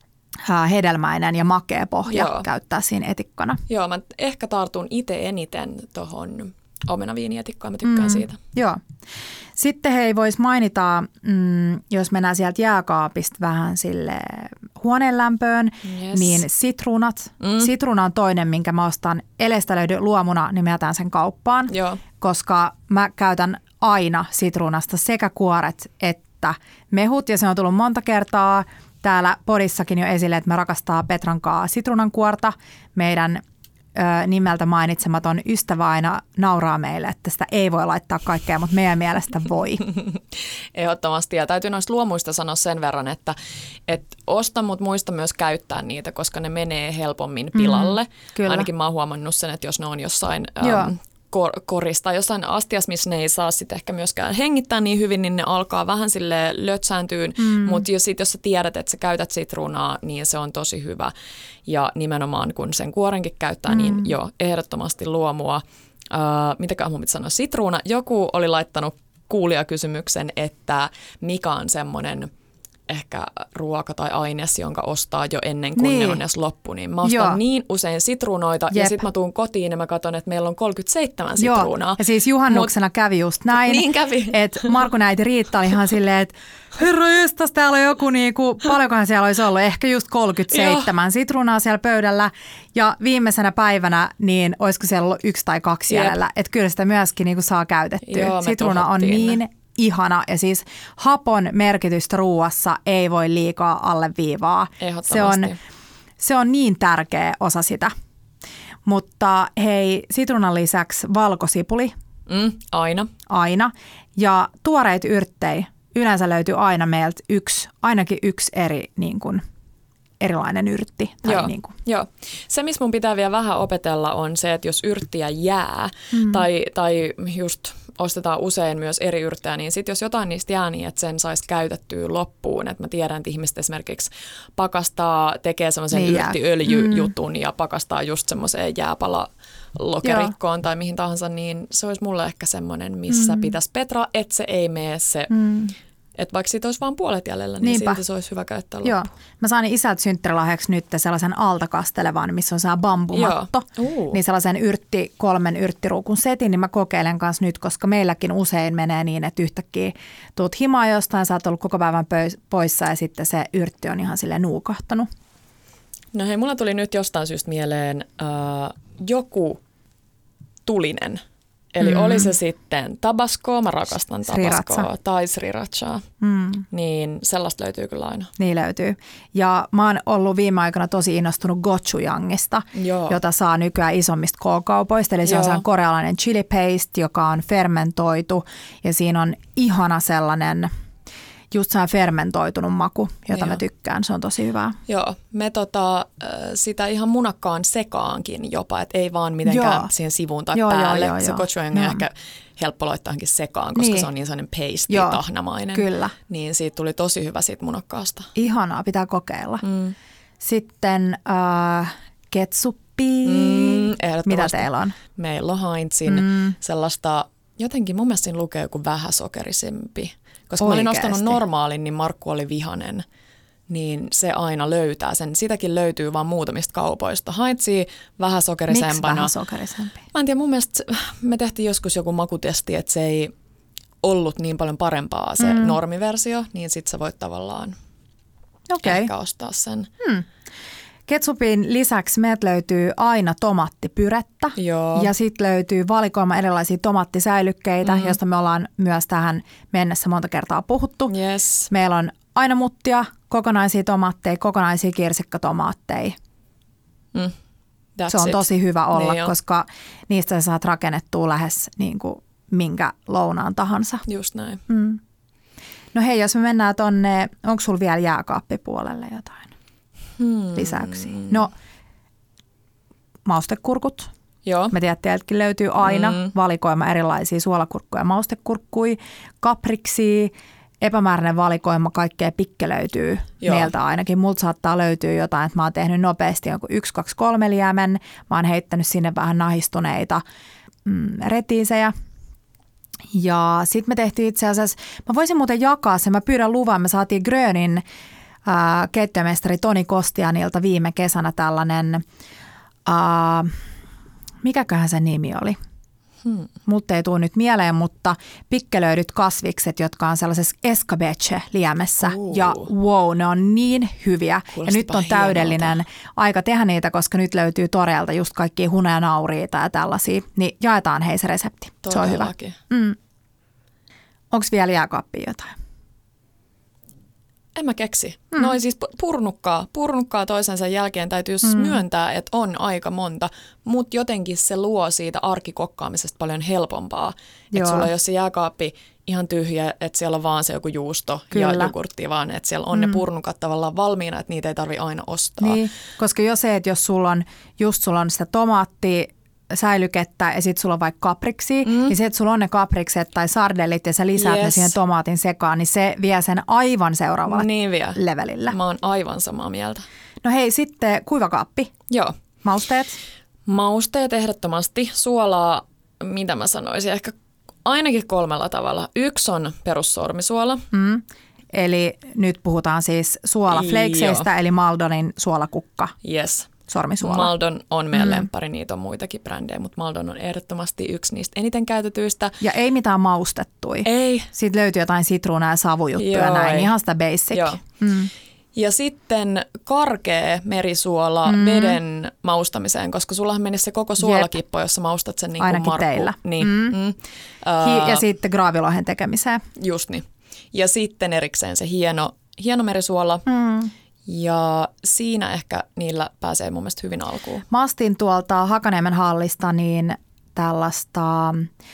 äh, hedelmäinen ja makea pohja Joo. käyttää siinä etikkana. Joo, mä ehkä tartun itse eniten tuohon omenaviinietikkaan, mä tykkään Mm. siitä. Joo. Sitten hei, vois mainita, mm, jos mennään sieltä jääkaapista vähän sille huoneen lämpöön, Yes. niin sitruunat. Mm. Sitruuna on toinen, minkä mä ostan elestä löydy luomuna, niin mä jätän sen kauppaan, Joo. koska mä käytän aina sitruunasta sekä kuoret että mehut, ja se on tullut monta kertaa täällä podissakin jo esille, että me rakastaa Petran kanssa sitruunankuorta. Meidän ö, nimeltä mainitsematon ystävä aina nauraa meille, että sitä ei voi laittaa kaikkea, mutta meidän mielestä voi. Ehdottomasti. Ja täytyy noista luomuista sanoa sen verran, että, että osta, mutta muista myös käyttää niitä, koska ne menee helpommin pilalle. Mm, kyllä. Ainakin mä oon huomannut sen, että jos ne on jossain... Joo. Ähm, kor- korista jossain astias, missä ne ei saa sitten ehkä myöskään hengittää niin hyvin, niin ne alkaa vähän sille lötsääntyyn, mm. mutta jos, sit, jos sä tiedät, että sä käytät sitruunaa, niin se on tosi hyvä. Ja nimenomaan kun sen kuorenkin käyttää, mm. niin joo, ehdottomasti luomua. Uh, mitäkään mun pitää sanoa, sitruuna. Joku oli laittanut kuulijakysymyksen, että mikä on semmoinen ehkä ruoka tai aines, jonka ostaa jo ennen kuin niin. ne on edes loppu. Niin mä ostan Joo. niin usein sitruunoita Jep. ja sitten mä tuun kotiin ja mä katson, että meillä on kolmekymmentäseitsemän sitruunaa. Joo. Ja siis juhannuksena Mut, kävi just näin. Niin kävi. Että Markun äiti Riitta oli ihan silleen, että herra jestas, täällä on joku niinku, paljonkohan siellä olisi ollut, ehkä just kolmekymmentäseitsemän sitruunaa siellä pöydällä. Ja viimeisenä päivänä, niin olisiko siellä ollut yksi tai kaksi Jep. jäljellä. Että kyllä sitä myöskin niinku saa käytettyä. Joo, Sitruuna on niin ihana ja siis hapon merkitystä ruuassa ei voi liikaa alleviivaa. Se on, se on niin tärkeä osa sitä. Mutta hei, sitruunan lisäksi valkosipuli. Mm, aina. Aina. Ja tuoreita yrttejä. Yleensä löytyy aina meiltä yksi, ainakin yksi eri niin kuin, erilainen yrtti. Tai Joo, niin kuin. joo. Se, missä mun pitää vielä vähän opetella, on se, että jos yrttiä jää mm. tai, tai just ostetaan usein myös eri yrttejä, niin sitten jos jotain niistä jää niin, että sen saisi käytettyä loppuun. Että mä tiedän, että ihmiset esimerkiksi pakastaa, tekee semmoisen niin yrttiöljyjutun mm. ja pakastaa just semmoiseen jääpalalokerikkoon tai mihin tahansa, niin se olisi mulle ehkä semmoinen, missä mm. pitäisi Petra, että se ei mene se... Mm. Että vaikka siitä olisi vain puolet jäljellä, niin Niinpä. Silti se olisi hyvä käyttää loppuun. Joo. Mä sain isältä synttärilahjaksi nyt sellaisen altakastelevan, missä on sellainen bambumatto. Uh. Niin sellaisen yrtti, kolmen yrttiruukun setin, niin mä kokeilen kanssa nyt, koska meilläkin usein menee niin, että yhtäkkiä tuut himaa jostain, sä oot ollut koko päivän poissa ja sitten se yrtti on ihan silleen nuukahtanut. No hei, mulla tuli nyt jostain syystä mieleen äh, joku tulinen. Eli mm. oli se sitten tabasco, mä rakastan tabascoa, sriracha. Tai srirachaa, mm. niin sellaista löytyy kyllä aina. Niin löytyy. Ja mä oon ollut viime aikoina tosi innostunut gochujangista, Joo. jota saa nykyään isommista K-kaupoista. Eli se Joo. on sellainen korealainen chili paste, joka on fermentoitu ja siinä on ihana sellainen... Just sellainen fermentoitunut maku, jota Joo. mä tykkään. Se on tosi hyvää. Joo, me tota, sitä ihan munakkaan sekaankin jopa, että ei vaan mitenkään joo. siihen sivuun tai joo, päälle. Joo, joo, se gochujang on ehkä helppo laittaa sekaan, koska niin. se on niin sellainen paste-tahnamainen. Kyllä. Niin siitä tuli tosi hyvä siitä munakkaasta. Ihanaa, pitää kokeilla. Mm. Sitten äh, ketsuppi. Mm, mitä teillä on? Meillä on Heinzin mm. sellaista, jotenkin mun mielestä siinä lukee joku vähäsokerisempi. Koska Oikeasti. Mä olin ostanut normaalin, niin Markku oli vihanen niin se aina löytää sen. Sitäkin löytyy vaan muutamista kaupoista. Haitsi vähän sokerisempana. Miksi vähän sokerisempi? Mä en tiedä, mun mielestä me tehtiin joskus joku makutesti, että se ei ollut niin paljon parempaa se mm. normiversio, niin sit sä voit tavallaan okay. ehkä ostaa sen. Hmm. Ketsupin lisäksi meiltä löytyy aina tomaattipyrettä. Joo. Ja sitten löytyy valikoima erilaisia tomaattisäilykkeitä, mm. joista me ollaan myös tähän mennessä monta kertaa puhuttu. Yes. Meillä on aina muttia, kokonaisia tomaatteja, kokonaisia kirsikkatomaatteja. Mm. Se on it. tosi hyvä olla, niin koska niistä sä saat rakennettua lähes niin kuin minkä lounaan tahansa. Just näin. Mm. No hei, jos me mennään tonne, onko sulla vielä jääkaappipuolelle jotain hmm. lisäyksiä? No, maustekurkut. Joo. Me tiedän, että teiltäkin löytyy aina mm. valikoima erilaisia suolakurkkuja ja maustekurkkuja, kapriksia, epämääräinen valikoima, kaikkea pikke löytyy Joo. meiltä ainakin. Multa saattaa löytyä jotain, että mä oon tehnyt nopeasti jonkun yksi, kaksi, kolme liemen. Mä oon heittänyt sinne vähän nahistuneita mm, retiisejä. Ja sitten me tehtiin itse asiassa, mä voisin muuten jakaa sen, mä pyydän luvan, me saatiin Grönin äh, keittiömestari Toni Kostianilta viime kesänä tällainen, äh, mikäköhän se nimi oli? Hmm. Multa ei tule nyt mieleen, mutta pikkelöidyt kasvikset, jotka on sellaisessa escabeche-liemessä. Uh. Ja wow, ne on niin hyviä. Kuulostapa ja nyt on täydellinen hienolta. Aika tehdä niitä, koska nyt löytyy Toreelta just kaikkia hunajanauriita ja tällaisia. Niin jaetaan hei se resepti. Todellakin. Se on hyvä. Mm. Onko vielä jääkaappia jotain? En mä keksi. Mm. Noin siis purnukkaa. Purnukkaa toisensa jälkeen täytyy mm. myöntää, että on aika monta, mutta jotenkin se luo siitä arkikokkaamisesta paljon helpompaa. Että sulla ei ole se jääkaappi ihan tyhjä, että siellä on vaan se joku juusto Kyllä. ja jogurtti, vaan että siellä on mm. ne purnukat tavallaan valmiina, että niitä ei tarvitse aina ostaa. Niin, koska jo se, että jos sulla on, just sulla on sitä tomaattia, säilykettä ja sitten sulla on vaikka kapriksi, mm. niin se, että sulla on ne kaprikset tai sardellit ja sä lisäät yes. ne siihen tomaatin sekaan, niin se vie sen aivan seuraavalle niin vie. levelille. Mä oon aivan samaa mieltä. No hei, sitten kuivakaappi. Joo. Mausteet? Mausteet ehdottomasti. Suolaa, mitä mä sanoisin, ehkä ainakin kolmella tavalla. Yksi on perussormisuola. Mm. Eli nyt puhutaan siis suolaflakeseista, eli Maldonin suolakukka. Yes. Sormisuola. Maldon on meidän mm. lemppari, niitä on muitakin brändejä, mutta Maldon on ehdottomasti yksi niistä eniten käytetyistä. Ja ei mitään maustettui. Ei. Sitten löytyy jotain sitruunaa ja savujuttuja Joo, näin, ei. Ihan sitä basic. Joo. Mm. Ja sitten karkea merisuola mm. veden maustamiseen, koska sullahan menisi se koko suolakippo, jos sä maustat sen niin kuin Ainakin Markku. teillä. Niin. Mm. Mm. Hi- ja sitten graavilohen tekemiseen. Just niin. Ja sitten erikseen se hieno, hieno merisuola. Mm. Ja siinä ehkä niillä pääsee mun mielestä hyvin alkuun. Mä astin tuolta Hakaniemen hallista niin tällaista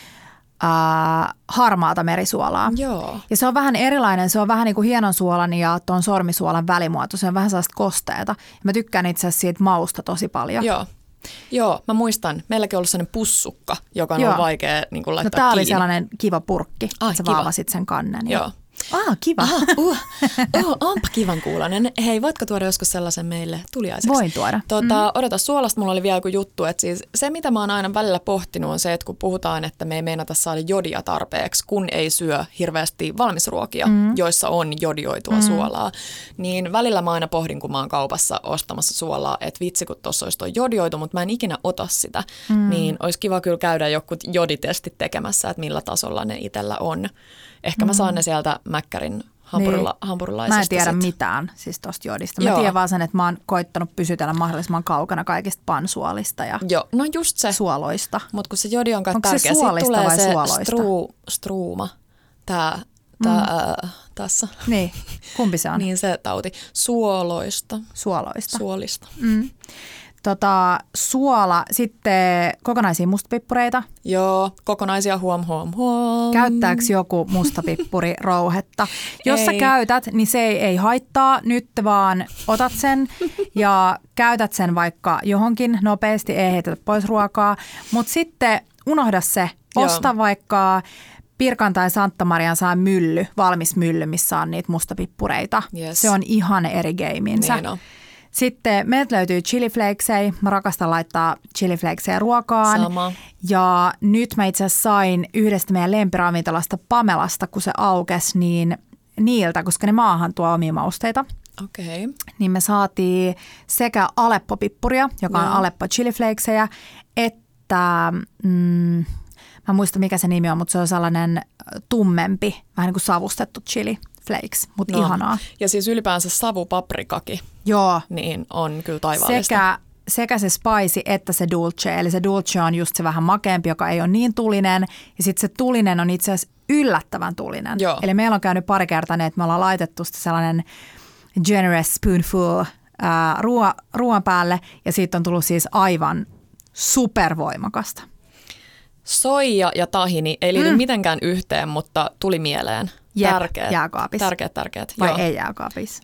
äh, harmaata merisuolaa. Joo. Ja se on vähän erilainen. Se on vähän niin kuin hienon suolan ja tuon sormisuolan välimuoto. Se on vähän sellaista kosteeta. Ja mä tykkään itse asiassa siitä mausta tosi paljon. Joo. Joo, mä muistan. Meilläkin on ollut sellainen pussukka, joka on Joo. ollut vaikea niin kuin laittaa no, tää kiinni. oli sellainen kiva purkki. Ai, sä kiva. vaavasit sen kannen. Joo. Ah, kiva. Ah, uh, oh, onpa kivan kuulonen. Hei, voitko tuoda joskus sellaisen meille tuliaiseksi? Voin tuoda. Tota, mm. Odota, suolasta mulla oli vielä joku juttu, että siis se mitä mä oon aina välillä pohtinut on se, että kun puhutaan, että me ei meinata saada jodia tarpeeksi, kun ei syö hirveästi valmisruokia, mm. joissa on jodioitua mm. suolaa, niin välillä mä aina pohdin, kun mä oon kaupassa ostamassa suolaa, että vitsi, kun tuossa olisi toi jodioitu, mutta mä en ikinä ota sitä, mm. niin olisi kiva kyllä käydä joku joditestit tekemässä, että millä tasolla ne itsellä on. Ehkä mä saan ne sieltä Mäkkärin hampurila, niin. hampurilaisista. Mä en tiedä sit. mitään siis tosta jodista. Mä Joo. tiedän vaan sen, että mä oon koittanut pysytellä mahdollisimman kaukana kaikista pansuolista ja Joo, no just se. suoloista. Mutta kun se jodi on kai Onko tärkeä, se suolista tulee vai se suoloista? Stru, struuma, tää, tää, mm. äh, tässä. Niin, kumpi se on? Niin se tauti. Suoloista. Suoloista. Suolista. Mm. Tota, suola, sitten kokonaisia mustapippureita. Joo, kokonaisia huom huom huom. Käyttääkö joku mustapippuri rouhetta? Jos ei. sä käytät, niin se ei, ei haittaa. Nyt vaan otat sen ja käytät sen vaikka johonkin nopeasti, ei heitetä pois ruokaa. Mutta sitten unohda se. Osta Joo. vaikka Pirkan tai Santa Marian saa mylly, valmis mylly, missä on niitä mustapippureita. Yes. Se on ihan eri geiminsa. Niin on. Sitten meiltä löytyy chiliflakesei. Mä rakastan laittaa chiliflakesejä ruokaan. Sama. Ja nyt mä itse asiassa sain yhdestä meidän lempiravintolasta Pamelasta, kun se aukesi, niin niiltä, koska ne maahan tuo omia mausteita. Okei. Okay. Niin me saatiin sekä Aleppo-pippuria, joka on Joo. Aleppo chiliflakesejä, että mm, mä muistan mikä se nimi on, mutta se on sellainen tummempi, vähän niin kuin savustettu chili flakes, mutta No. ihanaa. Ja siis ylipäänsä savupaprikaki, Joo. niin on kyllä taivaallista. Sekä, sekä se spicy että se dulce, eli se dulce on just se vähän makeampi, joka ei ole niin tulinen, ja sitten se tulinen on itse asiassa yllättävän tulinen. Joo. Eli meillä on käynyt pari kertaa ne, että me ollaan laitettu sellainen generous spoonful ää, ruoan, ruoan päälle, ja siitä on tullut siis aivan supervoimakasta. Soija ja tahini ei liity Mm. mitenkään yhteen, mutta tuli mieleen. Jep, Tärkeät. jääkaapissa. Tärkeät, tärkeät. Vai Joo. ei jääkaapissa?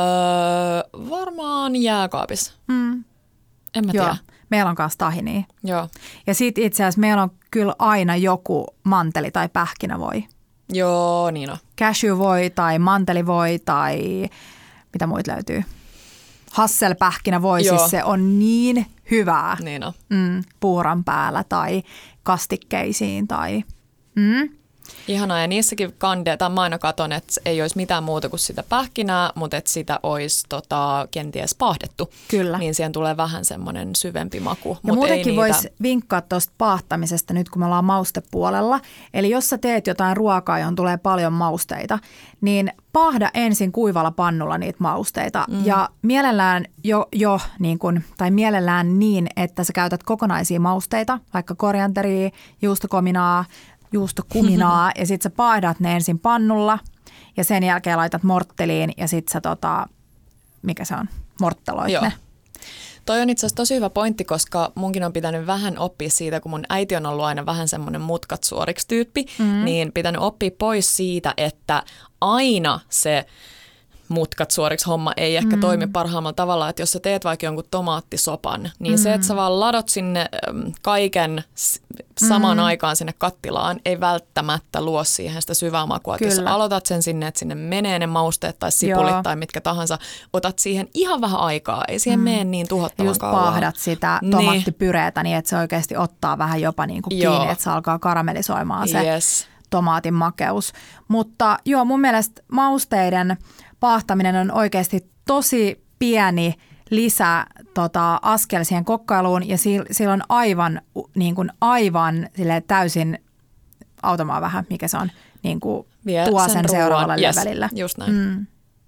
Öö, varmaan jääkaapissa. Mm. En mä Joo, tiedä. meillä on kanssa tahinia. Joo. Ja sitten itse asiassa meillä on kyllä aina joku manteli tai pähkinävoi. Joo, niin on. Cashewvoi tai mantelivoi tai mitä muita löytyy? Hasselpähkinävoi, Joo. siis se on niin hyvää Niin on. mm, puuran päällä tai kastikkeisiin tai... Mm. Ihanaa, ja niissäkin kande, tai mä aina katon, että ei olisi mitään muuta kuin sitä pähkinää, mutta että sitä olisi tota, kenties paahdettu. Kyllä. Niin siihen tulee vähän semmoinen syvempi maku. Ja mut muutenkin ei niitä... voisi vinkkaa tuosta paahtamisesta nyt, kun me ollaan maustepuolella. Eli jos sä teet jotain ruokaa, johon tulee paljon mausteita, niin paahda ensin kuivalla pannulla niitä mausteita. Mm. Ja mielellään jo, jo niin kun, tai mielellään niin, että sä käytät kokonaisia mausteita, vaikka korianteria, juustokominaa, juustokuminaa, ja sit sä paahdat ne ensin pannulla, ja sen jälkeen laitat mortteliin, ja sit sä tota, mikä se on, mortteloit Joo. ne. Toi on itse asiassa tosi hyvä pointti, koska munkin on pitänyt vähän oppia siitä, kun mun äiti on ollut aina vähän semmoinen mutkat suoriksi tyyppi, mm-hmm. niin pitänyt oppia pois siitä, että aina se mutkat suoriksi homma ei ehkä mm. toimi parhaimmalla tavalla, että jos sä teet vaikka jonkun tomaattisopan, niin mm. se, että sä vaan ladot sinne kaiken samaan mm. aikaan sinne kattilaan, ei välttämättä luo siihen sitä syvää makua. Että jos sä aloitat sen sinne, että sinne menee ne mausteet tai sipulit Joo. tai mitkä tahansa, otat siihen ihan vähän aikaa, ei siihen mm. mene niin tuhottavan Just kauan. Just paahdat sitä tomaattipyreetä niin, että se oikeasti ottaa vähän jopa niin kuin kiinni, että se alkaa karamellisoimaan se yes. tomaatin makeus. Mutta joo, mun mielestä mausteiden paahtaminen on oikeasti tosi pieni lisä tota, askel siihen kokkailuun ja sillä on aivan, niin kuin, aivan täysin, automaan vähän, mikä se on, niin kuin, tuo sen, sen seuraavalle yes, levelille. Just näin. Mm.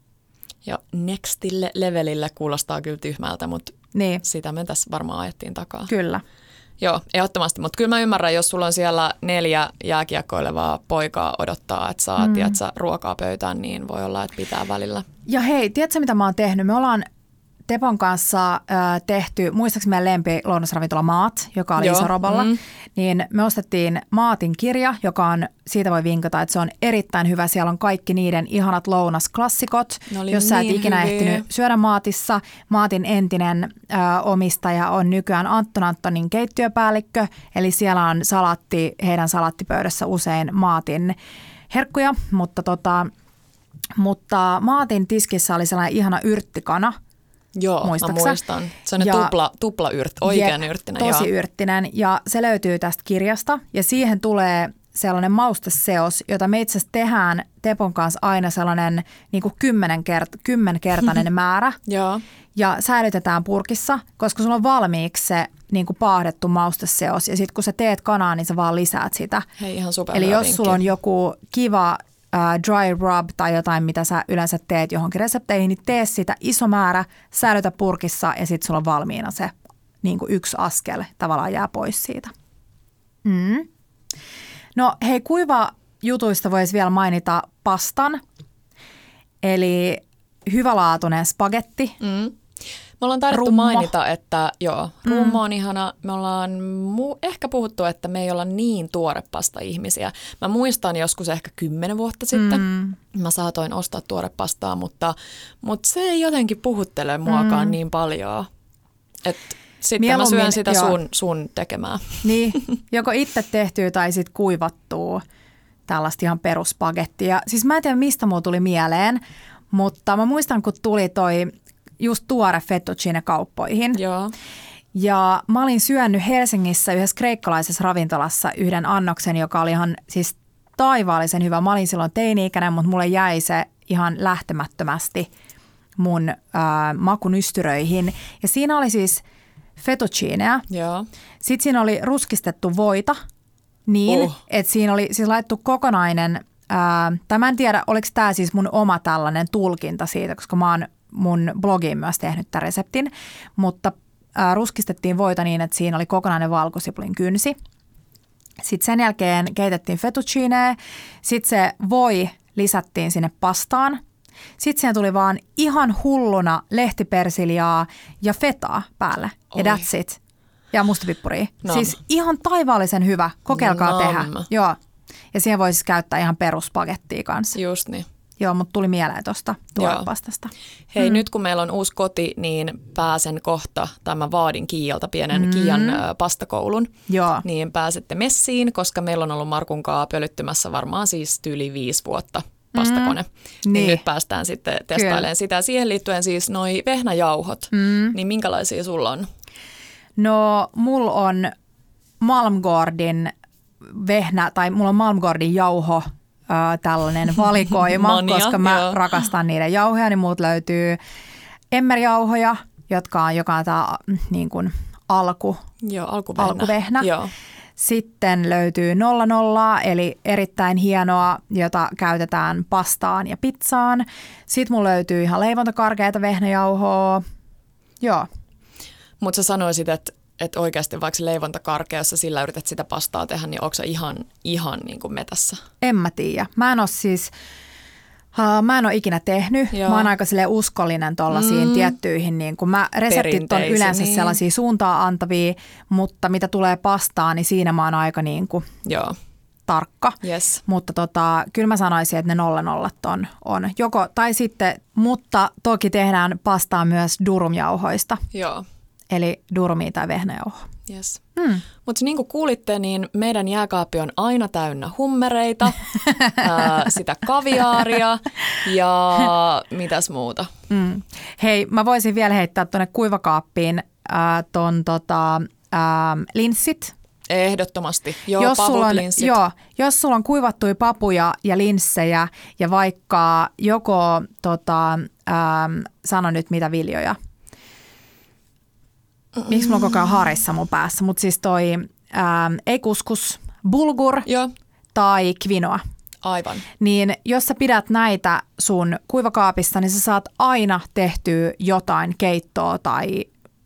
Ja nextille levelille kuulostaa kyllä tyhmältä, mutta niin. sitä me tässä varmaan ajettiin takaa. Kyllä. Joo, ehdottomasti, mutta kyllä mä ymmärrän, jos sulla on siellä neljä jääkiekkoilevaa poikaa odottaa, että saa mm. tiedätkö, ruokaa pöytään, niin voi olla, että pitää välillä. Ja hei, tiedätkö mitä mä oon tehnyt? Me ollaan Tepon kanssa äh, tehty, muistaakseni meidän lempi lounasravintola Maat, joka oli Isoroballa, mm. niin me ostettiin Maatin kirja, joka on, siitä voi vinkata, että se on erittäin hyvä. Siellä on kaikki niiden ihanat lounasklassikot, jos sä et niin ikinä hyviä. ehtinyt syödä Maatissa. Maatin entinen äh, omistaja on nykyään Anton Antonin keittiöpäällikkö, eli siellä on salatti, heidän salattipöydässä usein Maatin herkkuja, mutta, tota, mutta Maatin tiskissä oli sellainen ihana yrttikana. Joo, Muistaksä? mä muistan. Se on tupla, tupla yrt, oikein yrttinen. Tosi joo. yrttinen ja se löytyy tästä kirjasta ja siihen tulee sellainen mausteseos, jota me itse asiassa tehdään Tepon kanssa aina sellainen niin kuin kymmenenkert- kymmenkertainen määrä Joo. ja säilytetään purkissa, koska sulla on valmiiksi se niin kuin paahdettu mausteseos ja sitten kun sä teet kanaa, niin sä vaan lisäät sitä. Hei, ihan super Eli jos vinkki. sulla on joku kiva Uh, dry rub tai jotain, mitä sä yleensä teet johonkin resepteihin, niin tee sitä iso määrä, säilytä purkissa ja sitten sulla on valmiina se niin kuin yksi askel tavallaan jää pois siitä. Mm. No hei, kuiva jutuista voisi vielä mainita pastan, eli hyvälaatuinen spagetti. Mm. Me ollaan tarvittu rummo. mainita, että joo, rummo on ihana. Me ollaan mu- ehkä puhuttu, että me ei olla niin tuorepasta ihmisiä. Mä muistan joskus ehkä kymmenen vuotta sitten. Mm. Mä saatoin ostaa tuorepastaa, mutta, mutta se ei jotenkin puhuttele muakaan mm. niin paljon. Et sitten Mieluummin, mä syön sitä sun, sun tekemää. Niin, joko itse tehtyä tai sitten kuivattua tällaista ihan peruspakettia. Siis mä en tiedä, mistä mulla tuli mieleen, mutta mä muistan, kun tuli toi just tuore fettuccine kauppoihin. Joo. Ja mä olin syönyt Helsingissä yhdessä kreikkalaisessa ravintolassa yhden annoksen, joka oli ihan siis taivaallisen hyvä. Mä olin silloin teini-ikäinen, mutta mulle jäi se ihan lähtemättömästi mun ää, makunystyröihin. Ja siinä oli siis fettuccinea. Joo. Sitten siinä oli ruskistettu voita niin, uh. että siinä oli siis laittu kokonainen, ää, tai mä en tiedä, oliko tämä siis mun oma tällainen tulkinta siitä, koska mä oon mun blogiin myös tehnyt tämän reseptin, mutta ää, ruskistettiin voita niin, että siinä oli kokonainen valkosipulin kynsi. Sitten sen jälkeen keitettiin fettuccinea, sitten se voi lisättiin sinne pastaan. Sitten siihen tuli vaan ihan hulluna lehtipersiljaa ja fetaa päälle. Oi. Ja that's it. Ja mustapippuria. Nom. Siis ihan taivaallisen hyvä. Kokeilkaa Nom. tehdä. Joo. Ja siihen voi siis käyttää ihan peruspagettia kanssa. Just niin. Joo, mutta tuli mieleen tuosta tuorepastasta. Hei, mm. nyt kun meillä on uusi koti, niin pääsen kohta, tai mä vaadin Kiialta pienen mm. Kiian ä, pastakoulun. Joo. Niin pääsette messiin, koska meillä on ollut Markun kaa pölyttymässä varmaan siis yli viisi vuotta pastakone. Mm. Niin. niin nyt päästään sitten testailemaan sitä. Siihen liittyen siis noi vehnäjauhot, mm. niin minkälaisia sulla on? No, mulla on Malmgårdin vehnä, tai mulla on Malmgårdin jauho, tällainen valikoima, koska mä joo. rakastan niiden jauhoja, niin muut löytyy emmerjauhoja, jotka on, joka on tämä niin kuin alku, joo, alkuvehnä. alkuvehnä. Joo. Sitten löytyy nolla nolla, eli erittäin hienoa, jota käytetään pastaan ja pizzaan. Sitten mulla löytyy ihan leivontakarkeata vehnäjauhoa. Joo. Mutta sä sanoisit, että että oikeasti vaikka leivontakarkea, jos sä sillä yrität sitä pastaa tehdä, niin onko sä ihan, ihan niin kuin metässä? En mä tiedä. Mä en ole siis, uh, mä en ole ikinä tehnyt. Joo. Mä oon aika silleen uskollinen tollaisiin mm. tiettyihin, niin kuin mä, reseptit on yleensä niin. sellaisia suuntaa antavia, mutta mitä tulee pastaan, niin siinä mä oon aika niin kuin Joo. tarkka. Yes. Mutta tota, kyllä mä sanoisin, että ne nolla nollat on, on joko, tai sitten, mutta toki tehdään pastaa myös durumjauhoista. Joo. Eli durumia tai vehnäjauho. Yes. Hmm. Mutta niin kuin kuulitte, niin meidän jääkaappi on aina täynnä hummereita, ää, sitä kaviaaria ja mitäs muuta. Hmm. Hei, mä voisin vielä heittää tuonne kuivakaappiin ää, ton tota, ää, linssit. Ehdottomasti. Joo, jos pavut, sulla on, linssit. Joo, jos sulla on kuivattuja papuja ja linssejä ja vaikka joko, tota, ää, sano nyt mitä viljoja. Miksi mulla on koko ajan harissa mun päässä, mutta siis toi, ää, ei kuskus, bulgur Joo. tai kvinoa. Aivan. Niin jos sä pidät näitä sun kuivakaapissa, niin sä saat aina tehtyä jotain keittoa tai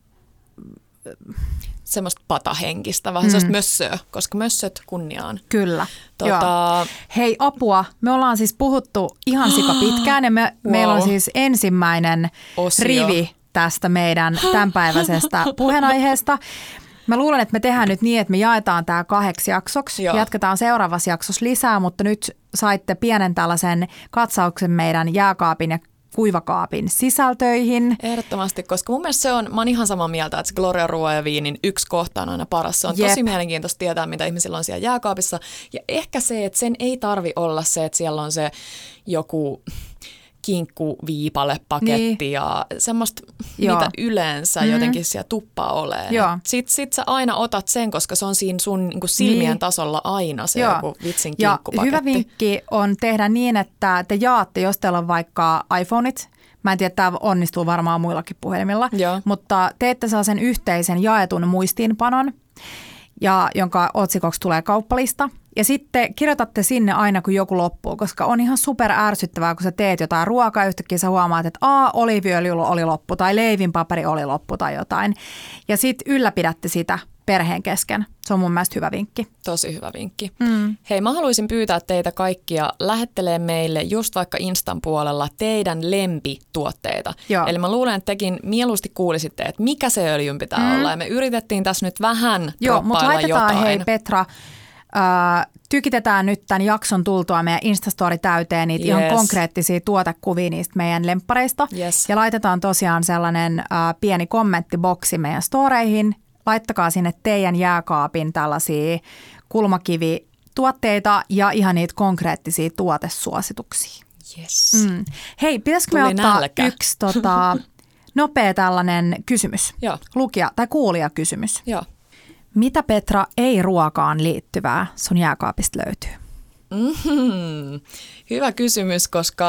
semmoista patahenkistä, vähän mm. semmoista mössöä, koska mössöt kunniaan. Kyllä. Tota... Hei apua, me ollaan siis puhuttu ihan sika pitkään ja me, wow. meillä on siis ensimmäinen Osio. rivi tästä meidän tämänpäiväisestä puheenaiheesta. Mä luulen, että me tehdään nyt niin, että me jaetaan tämä kahdeksi jaksoksi. Joo. Jatketaan seuraavassa jaksossa lisää, mutta nyt saitte pienen tällaisen katsauksen meidän jääkaapin ja kuivakaapin sisältöihin. Ehdottomasti, koska mun mielestä se on, mä oon ihan samaa mieltä, että se Gloria ruoan ja viinin yksi kohta on aina paras. Se on Jep. tosi mielenkiintoista tietää, mitä ihmisillä on siellä jääkaapissa. Ja ehkä se, että sen ei tarvi olla se, että siellä on se joku kinkkuviipalepaketti niin. ja semmoista, Joo. mitä yleensä mm. jotenkin siellä tuppaa olee. Sitten sit sä aina otat sen, koska se on siinä sun niin kuin silmien niin. tasolla aina se Joo. joku vitsin kinkkupaketti. Ja hyvä vinkki on tehdä niin, että te jaatte, jos teillä on vaikka iPhoneit. Mä en tiedä, että tämä onnistuu varmaan muillakin puhelimilla, Joo. mutta teette saa sen yhteisen jaetun muistiinpanon, ja, jonka otsikoksi tulee kauppalista. Ja sitten kirjoitatte sinne aina, kun joku loppuu, koska on ihan super ärsyttävää, kun sä teet jotain ruokaa ja yhtäkkiä sä huomaat, että a, oliiviöljy oli loppu tai leivinpaperi oli loppu tai jotain. Ja sitten ylläpidätte sitä perheen kesken. Se on mun mielestä hyvä vinkki. Tosi hyvä vinkki. Mm. Hei, mä haluaisin pyytää teitä kaikkia lähettelee meille just vaikka Instan puolella teidän lempituotteita. Joo. Eli mä luulen, että tekin mieluusti kuulisitte, että mikä se öljyn pitää mm. olla. Ja me yritettiin tässä nyt vähän Joo, mutta laitetaan jotain. Hei Petra, äh, tykitetään nyt tämän jakson tultua meidän Instastory täyteen niitä yes. ihan konkreettisia tuotekuvia niistä meidän lemppareista. Yes. Ja laitetaan tosiaan sellainen äh, pieni kommenttiboksi meidän storeihin. Laittakaa sinne teidän jääkaapin tällaisia kulmakivituotteita ja ihan niitä konkreettisia tuotesuosituksia. Yes. Mm. Hei, pitäisikö me ottaa nälkä. yksi tota, nopea tällainen kysymys? Joo. Lukija- tai kuulijakysymys. Joo. Mitä Petra ei ruokaan liittyvää sun jääkaapista löytyy? Mm-hmm. Hyvä kysymys, koska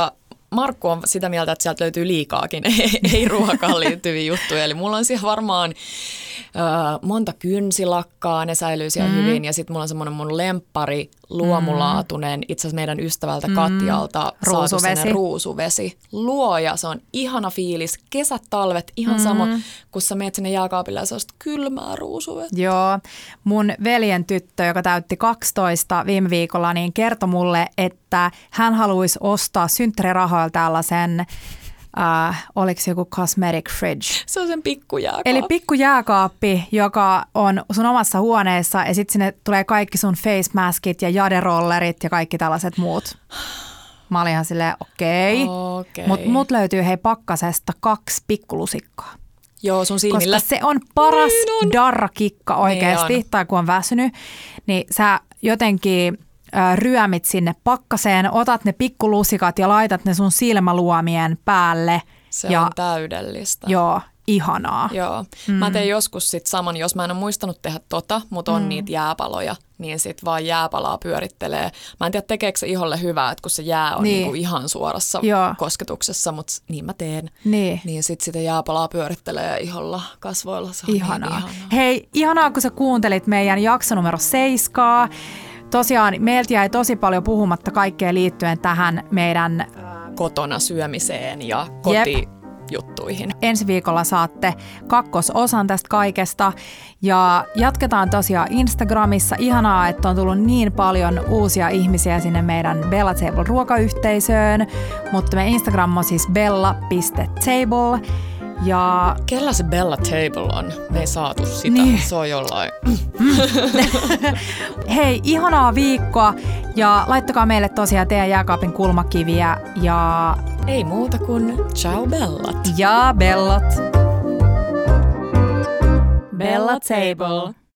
Markku on sitä mieltä, että sieltä löytyy liikaakin, ei ruokaan liittyviä juttuja. Eli mulla on siellä varmaan ö, monta kynsilakkaa, ne säilyy siellä mm. hyvin. Ja sitten mulla on semmoinen mun lemppari, luomulaatuinen, itse asiassa meidän ystävältä Katjalta mm. saatu sellainen ruusuvesi. Luoja, se on ihana fiilis. Kesät, talvet, ihan mm. sama, kun sä meet sinne jääkaapille ja sä oot kylmää ruusuvettä. Joo, mun veljen tyttö, joka täytti kaksitoista viime viikolla, niin kertoi mulle, että hän haluaisi ostaa synttärirahoilla tällaisen, äh, oliko se joku cosmetic fridge? Se on sen pikkujääkaappi. Eli pikkujääkaappi, joka on sun omassa huoneessa ja sitten sinne tulee kaikki sun face maskit ja jaderollerit ja kaikki tällaiset muut. Mä olin ihan silleen okei, okay. okay. mutta mut löytyy hei pakkasesta kaksi pikkulusikkaa. Joo, sun silmillä. Koska se on paras niin on. darrakikka oikeasti, niin tai kun on väsynyt, niin sä jotenkin äh, ryömit sinne pakkaseen, otat ne pikkulusikat ja laitat ne sun silmäluomien päälle. Se ja, on täydellistä. Joo, ihanaa. Joo. Mm. Mä teen joskus sit saman, jos mä en ole muistanut tehdä tota, mutta on mm. niitä jääpaloja, niin sit vaan jääpalaa pyörittelee. Mä en tiedä, tekeekö se iholle hyvää, että kun se jää on niin. niinku ihan suorassa Joo. kosketuksessa, mutta niin mä teen. Niin, niin sit sitä jääpalaa pyörittelee iholla, kasvoilla. Se on ihanaa. Niin ihanaa. Hei, ihanaa kun sä kuuntelit meidän jakso numero seiskaa. Tosiaan meiltä jäi tosi paljon puhumatta kaikkea liittyen tähän meidän kotona syömiseen ja koti. Jep. juttuihin. Ensi viikolla saatte kakkososan tästä kaikesta ja jatketaan tosiaan Instagramissa. Ihanaa, että on tullut niin paljon uusia ihmisiä sinne meidän Bella Table ruokayhteisöön, mutta me Instagram on siis bella piste table. Ja kellä se Bella Table on? Me ei saatu sitä. Niin. Se on jollain. Hei, ihanaa viikkoa ja laittakaa meille tosiaan teidän jääkaapin kulmakiviä ja ei muuta kuin ciao bellat. Ja bellat. Bella Table.